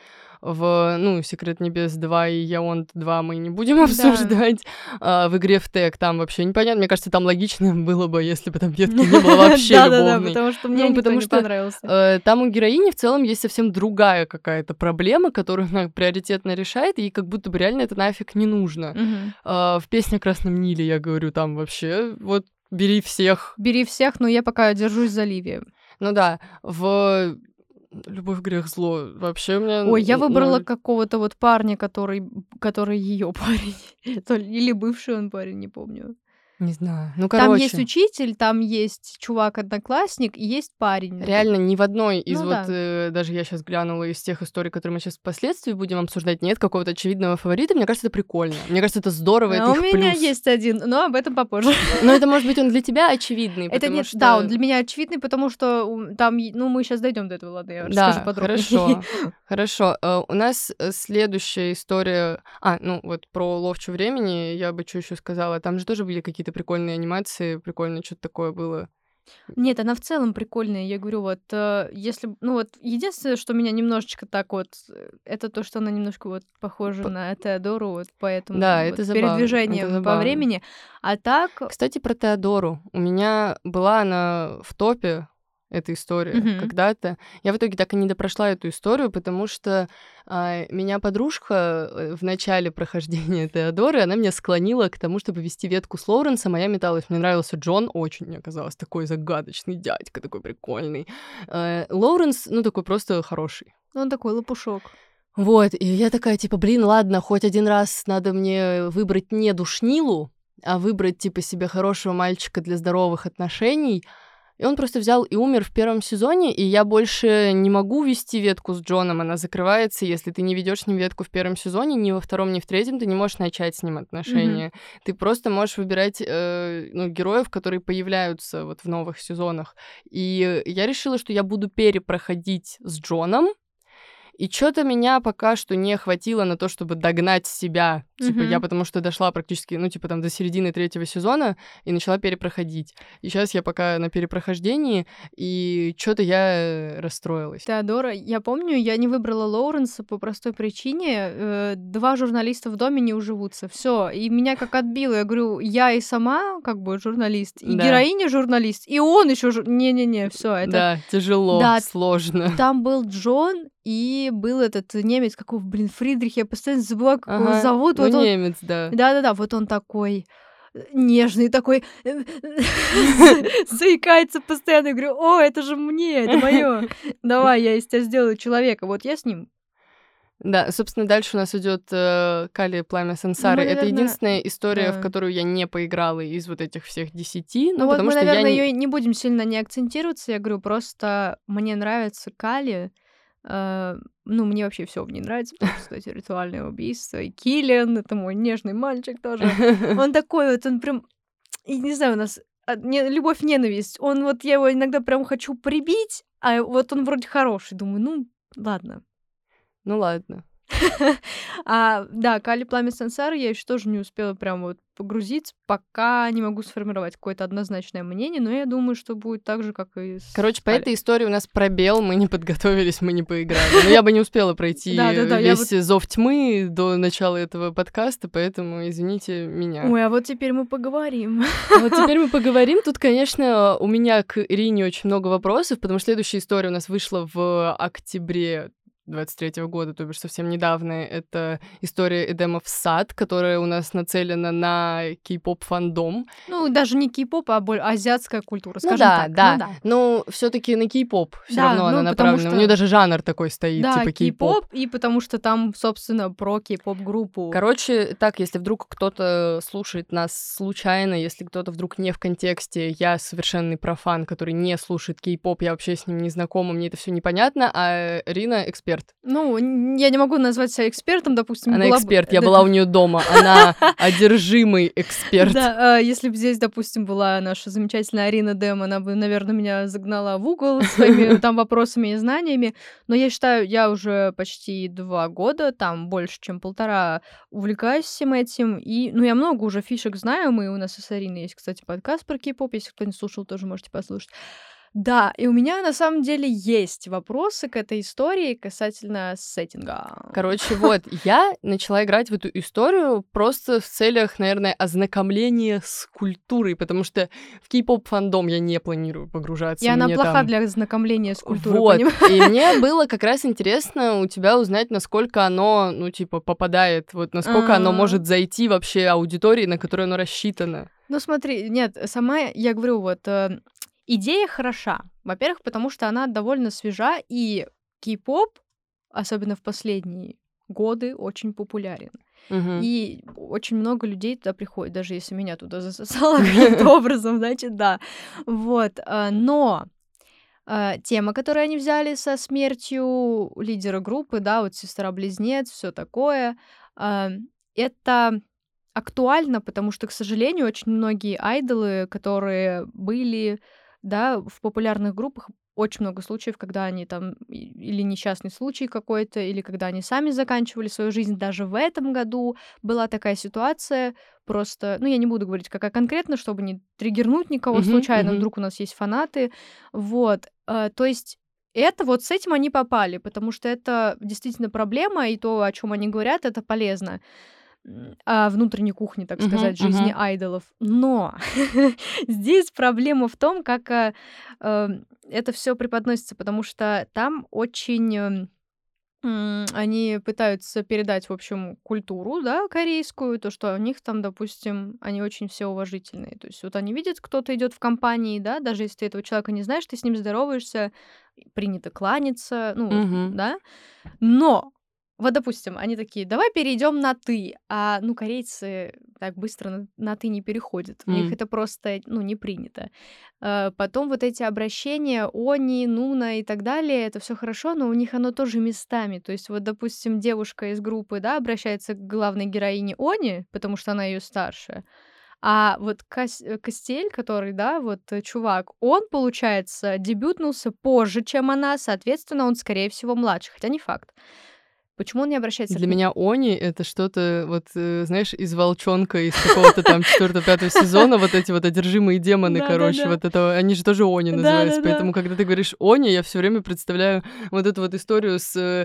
В «Секрет небес 2» и «Яонт 2» мы не будем обсуждать. В «Игре в Тег» там вообще непонятно. Мне кажется, там логично было бы, если бы там ветки не было вообще любовной. Да-да-да, потому что мне никто не понравился. Там у героини в целом есть совсем другая какая-то проблема, которую она приоритетно решает, и как будто бы реально это нафиг не нужно. В «Песне о Красном Ниле», я говорю, там вообще вот бери всех. Бери всех, но я пока держусь за Ливию. Ну да, в «Любовь, грех, зло» вообще у меня... Ой, я выбрала какого-то вот парня, который ее парень. Или бывший он парень, не помню. Не знаю. Там есть учитель, там есть чувак-одноклассник и есть парень. Реально ни в одной из даже я сейчас глянула из тех историй, которые мы сейчас впоследствии будем обсуждать, нет какого-то очевидного фаворита. Мне кажется, это прикольно. Мне кажется, это здорово, это их плюс. У меня есть один, но об этом попозже. Но это, может быть, он для тебя очевидный, это нет, что... Да, он для меня очевидный, потому что там, мы сейчас дойдем до этого, ладно, я расскажу подробнее. Хорошо. У нас следующая история... про «Ловчу времени» я бы что еще сказала. Там же тоже были какие-то прикольные анимации, прикольно что-то такое было. Нет, она в целом прикольная. Я говорю, если... единственное, что меня немножечко так это то, что она немножко похожа на Теодору, поэтому это передвижение по времени. А так... Кстати, про Теодору. У меня была она в топе, эта история, когда-то. Я в итоге так и не допрошла эту историю, потому что меня подружка в начале прохождения Теодоры, она меня склонила к тому, чтобы вести ветку с Лоуренсом, а я металась. Мне нравился Джон очень, мне казалось, такой загадочный дядька, такой прикольный. Лоуренс, такой просто хороший. Он такой лопушок. Вот, и я такая, блин, ладно, хоть один раз надо мне выбрать не душнилу, а выбрать, себе хорошего мальчика для здоровых отношений. И он просто взял и умер в первом сезоне, и я больше не могу вести ветку с Джоном, она закрывается, если ты не ведешь с ним ветку в первом сезоне, ни во втором, ни в третьем, ты не можешь начать с ним отношения. Ты просто можешь выбирать героев, которые появляются в новых сезонах. И я решила, что я буду перепроходить с Джоном, и что-то меня пока что не хватило на то, чтобы догнать себя. Я потому что дошла практически, до середины третьего сезона и начала перепроходить. И сейчас я пока на перепрохождении, и что-то я расстроилась. Теодора, я помню, я не выбрала Лоуренса по простой причине. 2 журналиста в доме не уживутся. Все. И меня как отбило. Я говорю, я и сама журналист, и героиня журналист, и он еще не-не-не, все это... Да, тяжело, сложно. Там был Джон, и был этот немец, Фридрих, я постоянно забываю, как его зовут. Немец, да. Да-да-да, вот он такой нежный, такой заикается постоянно. Я говорю, это же мне, это моё. Давай, я из тебя сделаю человека. Вот я с ним. Да, собственно, дальше у нас идет Кали Пламя Сансары. Это единственная история, в которую я не поиграла из этих всех 10. Потому что наверное, её не будем сильно не акцентироваться. Я говорю, просто мне нравится Кали. Мне вообще все в ней нравится, потому что эти ритуальные убийства. И Киллиан, это мой нежный мальчик тоже. Он такой он прям... И не знаю, у нас любовь-ненависть. Я его иногда прям хочу прибить, а он вроде хороший. Думаю, ладно. Ну ладно. Да, Кали Пламя Сансары я еще тоже не успела прям погрузиться, пока не могу сформировать какое-то однозначное мнение, но я думаю, что будет так же, как и с Короче, по этой истории у нас пробел, мы не подготовились, мы не поиграли. Но я бы не успела пройти весь Зов Тьмы до начала этого подкаста, поэтому извините меня. Ой, а вот теперь мы поговорим. Тут, конечно, у меня к Ирине очень много вопросов, потому что следующая история у нас вышла в октябре 23-го года, то бишь совсем недавно. Это история Эдемов Сад, которая у нас нацелена на кей-поп фандом. Даже не кей-поп, а более азиатская культура, скажем так. Да. Но все-таки на кей-поп все равно она направлена. У нее даже жанр такой стоит, типа кей-поп. И потому что там, собственно, про кей-поп-группу. Короче, если вдруг кто-то слушает нас случайно, если кто-то вдруг не в контексте, я совершенный профан, который не слушает кей-поп, я вообще с ним не знакома, мне это все непонятно, а Рина эксперт эксперт. Ну, я не могу назвать себя экспертом, допустим. Она эксперт, я была у нее дома, она одержимый эксперт. Да, если бы здесь, допустим, была наша замечательная Арина Дэм, она бы, наверное, меня загнала в угол своими там вопросами и знаниями. Но я считаю, я уже почти 2 года, там больше, чем 1,5, увлекаюсь всем этим. И, я много уже фишек знаю. У нас и с Ариной есть, кстати, подкаст про кей-поп. Если кто не слушал, тоже можете послушать. Да, и у меня на самом деле есть вопросы к этой истории касательно сеттинга. Короче, вот, я начала играть в эту историю просто в целях, наверное, ознакомления с культурой, потому что в кей-поп-фандом я не планирую погружаться. И она плоха там... для ознакомления с культурой, вот. понимаешь? И мне было как раз интересно у тебя узнать, насколько оно, попадает, вот насколько оно может зайти вообще аудитории, на которую оно рассчитано. Ну смотри, нет, сама, я говорю, идея хороша. Во-первых, потому что она довольно свежа, и кей-поп, особенно в последние годы, очень популярен. И очень много людей туда приходит, даже если меня туда засосало каким-то образом, значит, да. Вот, но тема, которую они взяли со смертью лидера группы, да, вот сестра-близнец, все такое, это актуально, потому что, к сожалению, очень многие айдолы, которые были, да, в популярных группах, очень много случаев, когда они там или несчастный случай какой-то, или когда они сами заканчивали свою жизнь. Даже в этом году была такая ситуация. Просто, я не буду говорить, какая конкретно, чтобы не триггернуть никого случайно, вдруг у нас есть фанаты. Вот. То есть это вот с этим они попали, потому что это действительно проблема, и то, о чем они говорят, это полезно. О внутренней кухне, так сказать, жизни айдолов. Но здесь проблема в том, как это все преподносится, потому что там очень они пытаются передать, в общем, культуру, да, корейскую, то, что у них там, допустим, они очень все уважительные. То есть вот они видят, кто-то идет в компании, да, даже если ты этого человека не знаешь, ты с ним здороваешься, принято кланяться, да. Но вот, допустим, они такие: давай перейдем на ты. А корейцы так быстро на ты не переходят. У них это просто, не принято. Потом вот эти обращения они, нуна и так далее, это все хорошо, но у них оно тоже местами. То есть вот, допустим, девушка из группы, да, обращается к главной героине они, потому что она ее старше. А вот Костель, который, да, чувак, он, получается, дебютнулся позже, чем она, соответственно, он, скорее всего, младше, хотя не факт. Почему он не обращается Для меня они — это что-то, знаешь, из «Волчонка», из какого-то там 4-5 сезона, вот эти вот одержимые демоны, короче, вот это, они же тоже они называются, поэтому, когда ты говоришь они, я все время представляю вот эту вот историю с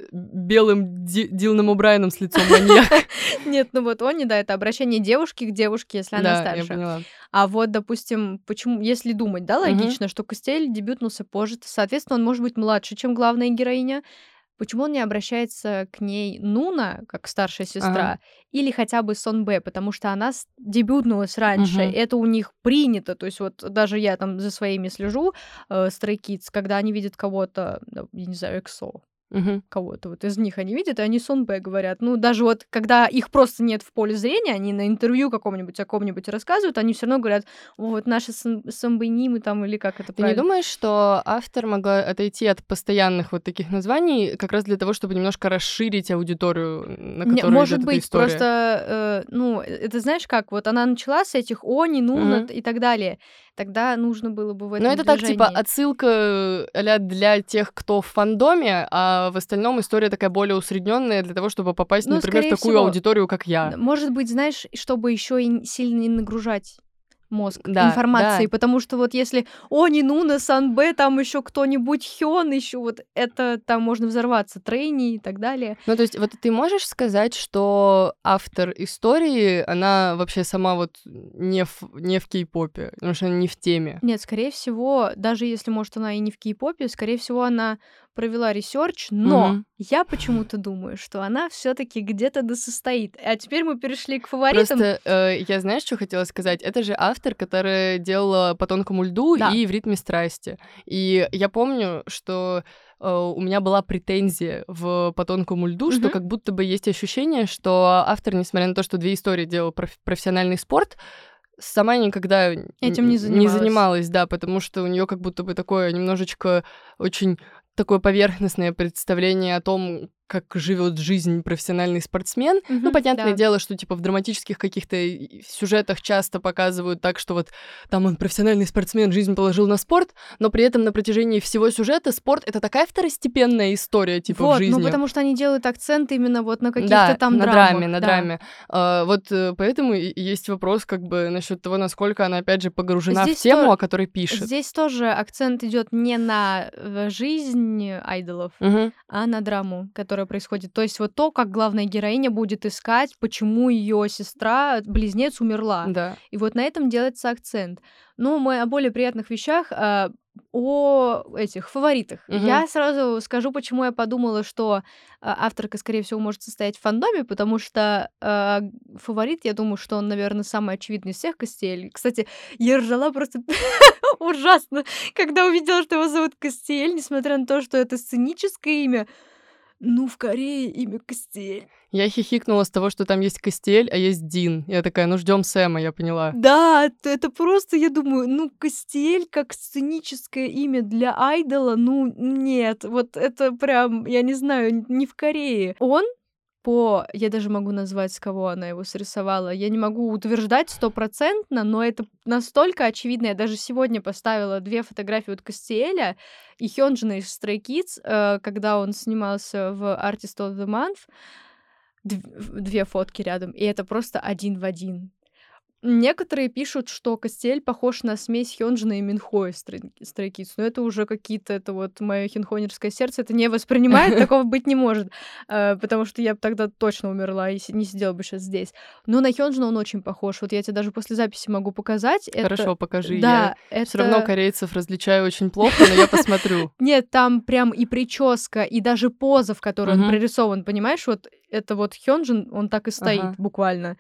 белым Диланом О'Брайеном с лицом маньяка. Нет, они, да, это обращение девушки к девушке, если она старше. Да, я поняла. А вот, допустим, почему, если думать, да, логично, что Костель дебютнулся позже, соответственно, он может быть младше, чем главная героиня. Почему он не обращается к ней Нуна, как старшая сестра, или хотя бы Сон Бэ, потому что она дебютнулась раньше, это у них принято, то есть вот даже я там за своими слежу, Stray Kids, когда они видят кого-то, я не знаю, EXO, кого-то вот из них они видят, и они Сон Бэ говорят. Даже вот когда их просто нет в поле зрения, они на интервью о ком-нибудь рассказывают, они все равно говорят: вот наши Сонбэнимы там, или как это правильно. Ты не думаешь, что автор могла отойти от постоянных вот таких названий как раз для того, чтобы немножко расширить аудиторию, на которую может идёт быть, эта история? просто, это знаешь как, вот она начала с этих они, нуна и так далее. Тогда нужно было бы в этом это так, движении. типа, отсылка а-ля для тех, кто в фандоме, а в остальном история такая более усредненная для того, чтобы попасть, например, в такую аудиторию, как я. Может быть, знаешь, чтобы еще и сильно не нагружать мозг Да. информацией, потому что вот если они, нуна, Сан Бэ, там еще кто-нибудь Хён, еще вот это там можно взорваться, Трейни и так далее. То есть вот ты можешь сказать, что автор истории, она вообще сама вот не в кей-попе, потому что она не в теме? Нет, скорее всего, даже если, может, она и не в кей-попе, скорее всего, она провела ресерч, но я почему-то думаю, что она все-таки где-то досостоит. А теперь мы перешли к фаворитам. Просто я, знаешь, что хотела сказать? Это же автор, которая делала «По тонкому льду» и «В ритме страсти». И я помню, что у меня была претензия в «По тонкому льду», что как будто бы есть ощущение, что автор, несмотря на то, что 2 истории делал профессиональный спорт, сама никогда этим не занималась, да, потому что у нее как будто бы такое немножечко очень такое поверхностное представление о том, как живет жизнь профессиональный спортсмен. Ну, понятное дело, что типа в драматических каких-то сюжетах часто показывают так, что вот там он профессиональный спортсмен, жизнь положил на спорт, но при этом на протяжении всего сюжета спорт — это такая второстепенная история типа в жизни. Ну, потому что они делают акцент именно вот на каких-то там драмах. На драме. Вот поэтому и есть вопрос как бы насчет того, насколько она, опять же, погружена в тему, о которой пишет. Здесь тоже акцент идет не на жизнь айдолов, а на драму, которая происходит. То есть вот то, как главная героиня будет искать, почему ее сестра, близнец, умерла. Да. И вот на этом делается акцент. Ну, мы о более приятных вещах, о этих фаворитах. Я сразу скажу, почему я подумала, что авторка, скорее всего, может состоять в фандоме, потому что фаворит, я думаю, что он, наверное, самый очевидный из всех Кастиэль. Кстати, я ржала просто ужасно, когда увидела, что его зовут Кастиэль, несмотря на то, что это сценическое имя. Ну, в Корее имя Кастиэль. Я хихикнула с того, что там есть Кастиэль, а есть Дин. Я такая, ну ждем Сэма, я поняла. Да, это просто, я думаю, ну, Кастиэль как сценическое имя для айдола, ну, нет. Вот это прям, я не знаю, не в Корее. Я даже могу назвать, с кого она его срисовала. Я не могу утверждать 100%, но это настолько очевидно. Я даже сегодня поставила 2 фотографии от Кастиэля и Хёнджина из Stray Kids, когда он снимался в Artist of the Month. 2 фотки рядом, и это просто 1 в 1. Некоторые пишут, что Кастиэль похож на смесь Хёнджина и Минхо из Stray Kids, но это уже какие-то, это вот моё хинхонерское сердце это не воспринимает, такого быть не может, потому что я бы тогда точно умерла и не сидела бы сейчас здесь. Но на Хёнджина он очень похож. Вот я тебе даже после записи могу показать. Хорошо, покажи. Да, я всё равно корейцев различаю очень плохо, но я посмотрю. Нет, там прям и прическа, и даже поза, в которой он прорисован, понимаешь? Вот это вот Хёнджин, он так и стоит буквально,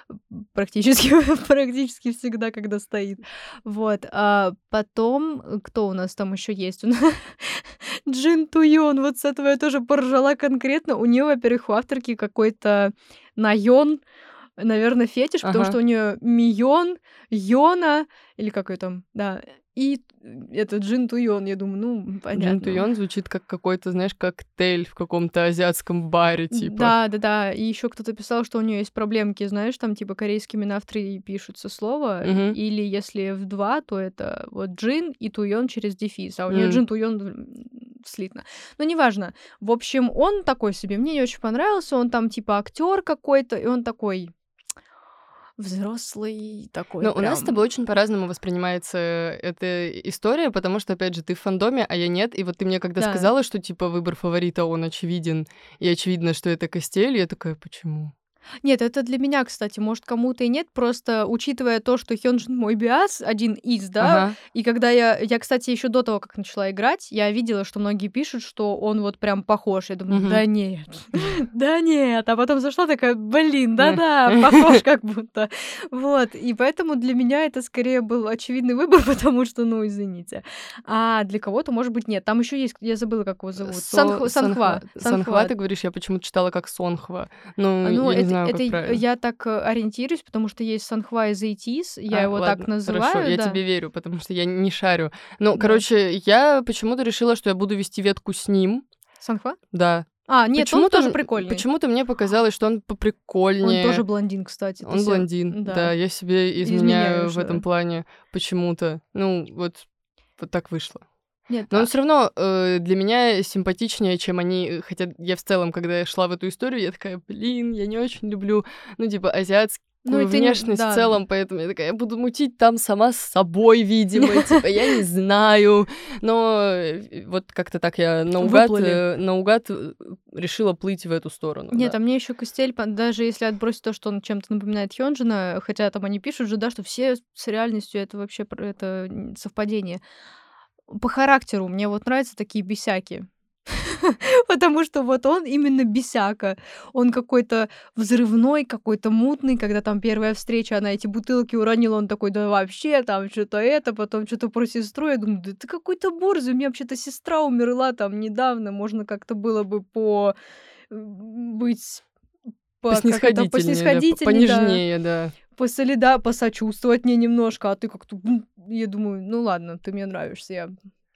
практически всегда, когда стоит. Вот. Потом, кто у нас там еще есть? Джин Туйон. Вот с этого я тоже поржала конкретно. У нее, во-первых, у авторки какой-то наён, наверное, фетиш, потому что у нее Мион, Йона, или как ее там, да, и это Джин Туйон, я думаю, ну, понятно. Джин Туйон звучит как какой-то, знаешь, коктейль в каком-то азиатском баре, типа. Да. И еще кто-то писал, что у нее есть проблемки, знаешь, там, типа, корейскими имена в 3 пишутся слово, или если в 2, то это вот Джин и Туйон через дефис, а у нее Джин Туйон слитно. Но неважно. В общем, он такой себе, мне не очень понравился, он там, типа, актер какой-то, и он такой взрослый такой. Ну, у нас с тобой очень по-разному воспринимается эта история, потому что, опять же, ты в фандоме, а я нет. И вот ты мне когда сказала, что, типа, выбор фаворита, он очевиден, и очевидно, что это Кастиэль, я такая, почему? Нет, это для меня, кстати, может, кому-то и нет, просто учитывая то, что Хёнджин мой биас, один из, да, и когда я, кстати, еще до того, как начала играть, я видела, что многие пишут, что он вот прям похож, я думаю, да нет, а потом зашла такая, блин, да-да, похож как будто, вот, и поэтому для меня это скорее был очевидный выбор, потому что, ну, извините, а для кого-то, может быть, нет, там еще есть, я забыла, как его зовут, Санхва. Санхва, ты говоришь, я почему-то читала как Сонхва, ну, я не знаю, это я так ориентируюсь, потому что есть Санхва из ATEEZ, я его ладно, так называю. Хорошо, я тебе верю, потому что я не шарю. Ну, короче, я почему-то решила, что я буду вести ветку с ним. Санхва? Да. Нет, он тоже прикольный. Почему-то мне показалось, что он поприкольнее. Он тоже блондин, кстати. Он блондин, да, я себе изменяю в этом плане почему-то. Ну, вот так вышло. Нет, но он все равно для меня симпатичнее, чем они. Хотя я в целом, когда я шла в эту историю, я такая, блин, я не очень люблю, ну, типа, азиатскую внешность в целом, поэтому я такая, я буду мутить там сама с собой, видимо, типа, я не знаю. Но вот как-то так я наугад решила плыть в эту сторону. Нет, а мне еще Кастиэль, даже если отбросить то, что он чем-то напоминает Хёнджина, хотя там они пишут же, да, что все с реальностью это вообще это совпадение. По характеру мне вот нравятся такие бесяки. Потому что вот он именно бесяка. Он какой-то взрывной, какой-то мутный. Когда там первая встреча, она эти бутылки уронила, он такой, да вообще, там что-то это, потом что-то про сестру. Я думаю, да ты какой-то борзый, у меня вообще-то сестра умерла там недавно. Можно как-то было бы быть поснисходительнее, понежнее, да. Посочувствовать мне немножко, а ты как-то... Я думаю, ну ладно, ты мне нравишься, я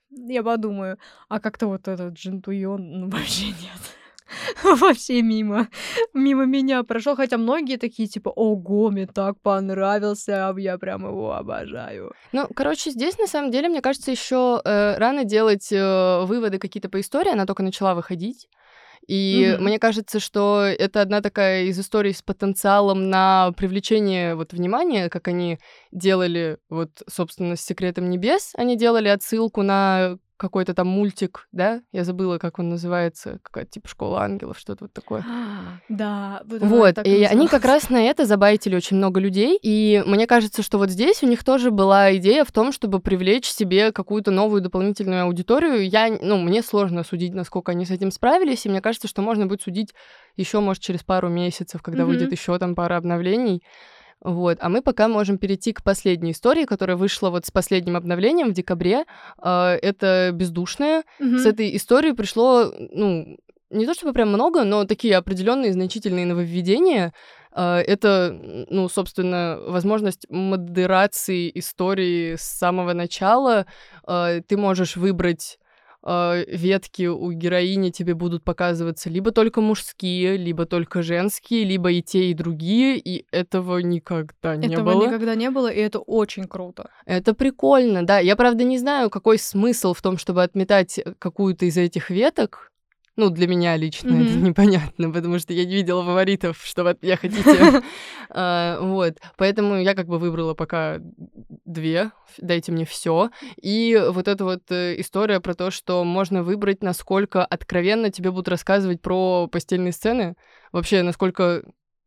Я подумаю. А как-то вот этот Джин-Туйон, ну, вообще нет. Вообще мимо. Мимо меня прошел. Хотя многие такие, типа, ого, мне так понравился, я прям его обожаю. Ну, короче, здесь, на самом деле, мне кажется, еще рано делать выводы какие-то по истории. Она только начала выходить. И мне кажется, что это одна такая из историй с потенциалом на привлечение вот внимания, как они делали, вот, собственно, с «Секретом небес». Они делали отсылку на какой-то там мультик, да? Я забыла, как он называется. Какая-то типа «Школа ангелов», что-то вот такое. Да. Вот, и они как раз на это забайтили очень много людей. И мне кажется, что вот здесь у них тоже была идея в том, чтобы привлечь себе какую-то новую дополнительную аудиторию. Мне сложно судить, насколько они с этим справились, и мне кажется, что можно будет судить еще, может, через пару месяцев, когда выйдет еще там пара обновлений. Вот. А мы пока можем перейти к последней истории, которая вышла вот с последним обновлением в декабре. Это «Бездушная». С этой историей пришло, не то чтобы прям много, но такие определенные значительные нововведения. Это, собственно, возможность модерации истории с самого начала. Ты можешь выбрать ветки у героини, тебе будут показываться либо только мужские, либо только женские, либо и те, и другие, и этого никогда не было. Этого никогда не было, и это очень круто. Это прикольно, да. Я, правда, не знаю, какой смысл в том, чтобы отметать какую-то из этих веток. Для меня лично это непонятно, потому что я не видела фаворитов, что вы от меня хотите. Вот. Поэтому я как бы выбрала пока 2, дайте мне все. И вот эта вот история про то, что можно выбрать, насколько откровенно тебе будут рассказывать про постельные сцены. Вообще, насколько...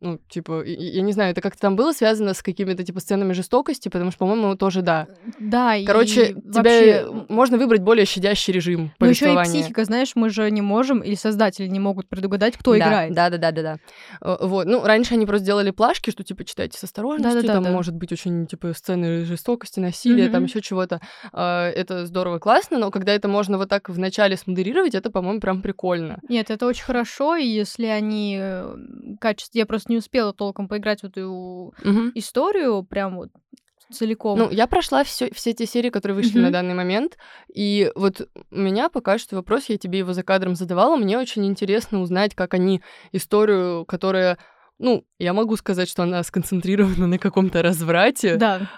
я не знаю, это как-то там было связано с какими-то, сценами жестокости, потому что, по-моему, тоже да. Да, Короче, и тебе вообще... можно выбрать более щадящий режим повествования. Но еще и психика, знаешь, мы же не можем, или создатели не могут предугадать, кто играет. Да. Вот. Раньше они просто делали плашки, что, читайте с осторожностью, там может быть очень, сцены жестокости, насилия, там еще чего-то. Это здорово, классно, но когда это можно вот так вначале смодерировать, это, по-моему, прям прикольно. Нет, это очень хорошо, и если они качественно... Я просто не успела толком поиграть в эту историю, прям вот целиком. Я прошла все те серии, которые вышли на данный момент, и вот у меня пока что вопрос, я тебе его за кадром задавала, мне очень интересно узнать, как они историю, которая... я могу сказать, что она сконцентрирована на каком-то разврате,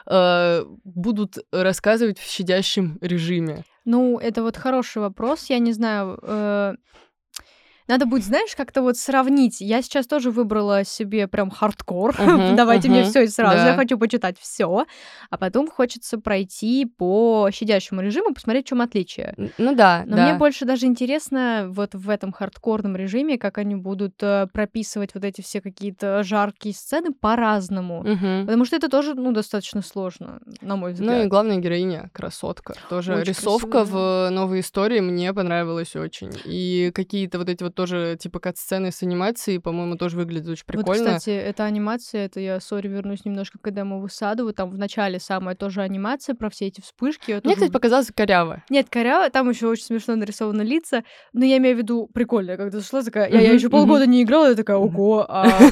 будут рассказывать в щадящем режиме. Это вот хороший вопрос, я не знаю... Надо будет, знаешь, как-то вот сравнить. Я сейчас тоже выбрала себе прям хардкор. Давайте мне все и сразу. Я хочу почитать все, а потом хочется пройти по щадящему режиму, посмотреть, в чем отличие. Да. Но мне больше даже интересно вот в этом хардкорном режиме, как они будут прописывать вот эти все какие-то жаркие сцены по-разному. Потому что это тоже, достаточно сложно, на мой взгляд. И главная героиня красотка. Тоже очень рисовка красивая. В новой истории мне понравилась очень. И какие-то вот эти вот тоже, кат-сцены с анимацией, по-моему, тоже выглядят очень прикольно. Вот, кстати, эта анимация, это я, вернусь немножко к Эдемову саду, там в начале самая тоже анимация про все эти вспышки. Мне, кстати, показалось коряво. Нет, коряво, там еще очень смешно нарисованы лица, но я имею в виду прикольно, когда зашла, такая, я еще полгода не играла, я такая, ого,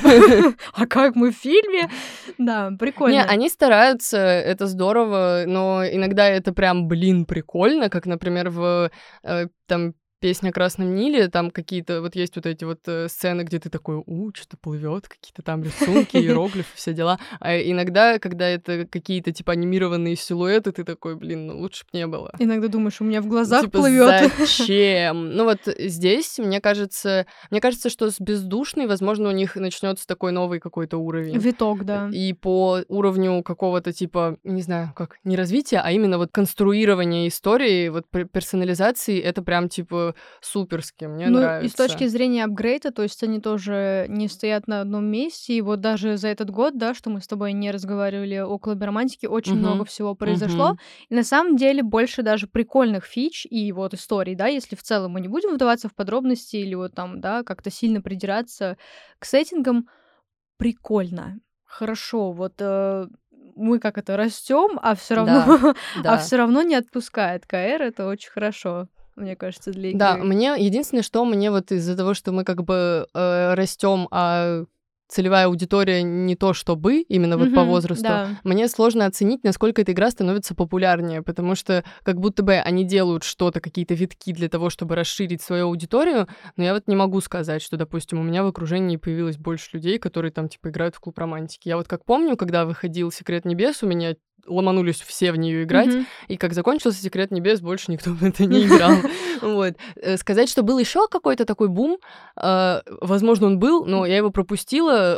а как мы в фильме? Да, прикольно. Не, они стараются, это здорово, но иногда это прям, прикольно, как, например, в там «Песня о Красном Ниле», там какие-то вот есть вот эти вот сцены, где ты такой, что-то плывет, какие-то там рисунки, иероглифы, все дела. А иногда, когда это какие-то анимированные силуэты, ты такой, лучше бы не было. Иногда думаешь, у меня в глазах плывет. Зачем? Вот здесь, мне кажется, что с «Бездушной», возможно, у них начнется такой новый какой-то уровень. Виток, да. И по уровню какого-то не знаю, как, не развития, а именно вот конструирования истории, вот персонализации, это прям суперски, мне нравится. И с точки зрения апгрейда, то есть они тоже не стоят на одном месте, и вот даже за этот год, да, что мы с тобой не разговаривали о клубе романтики, очень много всего произошло, и на самом деле больше даже прикольных фич и вот историй, да, если в целом мы не будем вдаваться в подробности или вот там, да, как-то сильно придираться к сеттингам, прикольно, хорошо, вот мы как это растем, а все равно, все равно не отпускает КР, это очень хорошо. Мне кажется, для игры. Да, мне единственное, что мне вот из-за того, что мы как бы растем, а целевая аудитория не то чтобы, именно вот по возрасту, мне сложно оценить, насколько эта игра становится популярнее, потому что как будто бы они делают что-то, какие-то витки для того, чтобы расширить свою аудиторию, но я вот не могу сказать, что, допустим, у меня в окружении появилось больше людей, которые там, типа, играют в клуб романтики. Я вот как помню, когда выходил «Секрет небес», у меня ломанулись все в нее играть, и как закончился «Секрет небес», больше никто в это не играл. Вот. Сказать, что был еще какой-то такой бум, возможно, он был, но я его пропустила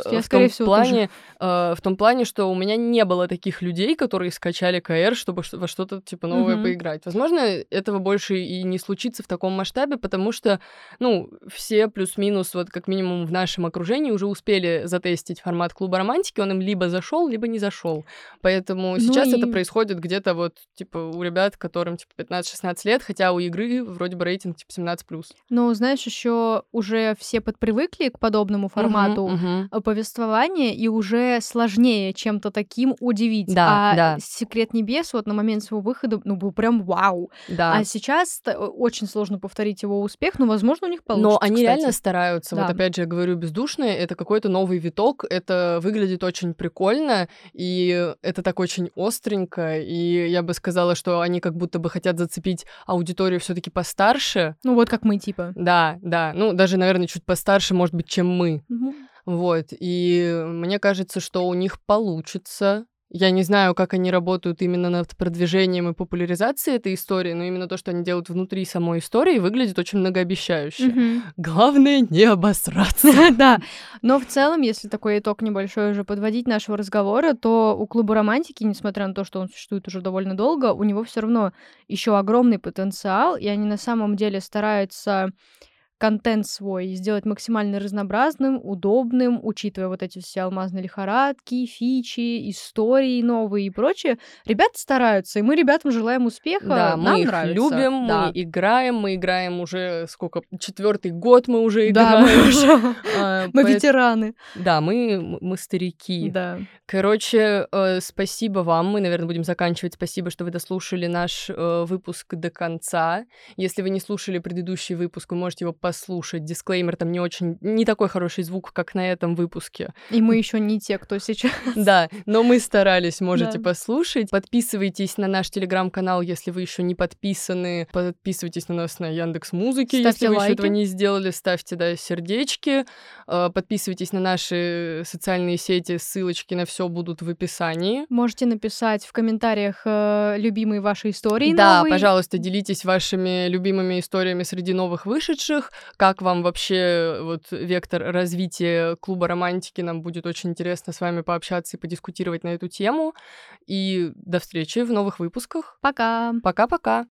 в том плане, что у меня не было таких людей, которые скачали КР, чтобы во что-то типа новое поиграть. Возможно, этого больше и не случится в таком масштабе, потому что, ну, все плюс-минус, вот как минимум в нашем окружении уже успели затестить формат клуба романтики, он им либо зашел, либо не зашел. Поэтому сейчас это происходит где-то вот, типа, у ребят, которым, типа, 15-16 лет, хотя у игры вроде бы рейтинг, типа, 17+. Ну, знаешь, еще уже все подпривыкли к подобному формату повествования, и уже сложнее чем-то таким удивить. «Секрет небес» вот на момент своего выхода, ну, был прям вау. А сейчас очень сложно повторить его успех, но, возможно, у них получится, но они кстати. реально стараются. Вот опять же, я говорю, «Бездушные» — это какой-то новый виток, это выглядит очень прикольно, и это так очень остренько, и я бы сказала, что они как будто бы хотят зацепить аудиторию все-таки постарше. Ну вот как мы, типа. Да, ну даже, наверное, чуть постарше, может быть, чем мы. Вот, и мне кажется, что у них получится. Я не знаю, как они работают именно над продвижением и популяризацией этой истории, но именно то, что они делают внутри самой истории, выглядит очень многообещающе. Главное, не обосраться. Да, но в целом, если такой итог небольшой уже подводить нашего разговора, то у клуба романтики, несмотря на то, что он существует уже довольно долго, у него все равно еще огромный потенциал, и они на самом деле стараются контент свой сделать максимально разнообразным, удобным, учитывая вот эти все алмазные лихорадки, фичи, истории новые и прочее. Ребята стараются, и мы ребятам желаем успеха. Да, нам мы их нравится. любим, мы играем уже сколько, 4-й год мы уже Да, играем. мы ветераны. Да, мы старики. Да. Короче, спасибо вам. Мы, наверное, будем заканчивать. Спасибо, что вы дослушали наш выпуск до конца. Если вы не слушали предыдущий выпуск, вы можете его послушать. Дисклеймер, там не такой хороший звук, как на этом выпуске. И мы еще не те, кто сейчас. Да, но мы старались, можете послушать. Подписывайтесь на наш телеграм-канал, если вы еще не подписаны. Подписывайтесь на нас на Яндекс.Музыке, если вы еще этого не сделали. Ставьте, сердечки. Подписывайтесь на наши социальные сети, ссылочки на все будут в описании. Можете написать в комментариях любимые ваши истории новые. Да, пожалуйста, делитесь вашими любимыми историями среди новых вышедших. Как вам вообще вот вектор развития клуба романтики? Нам будет очень интересно с вами пообщаться и подискутировать на эту тему. И до встречи в новых выпусках. Пока! Пока-пока!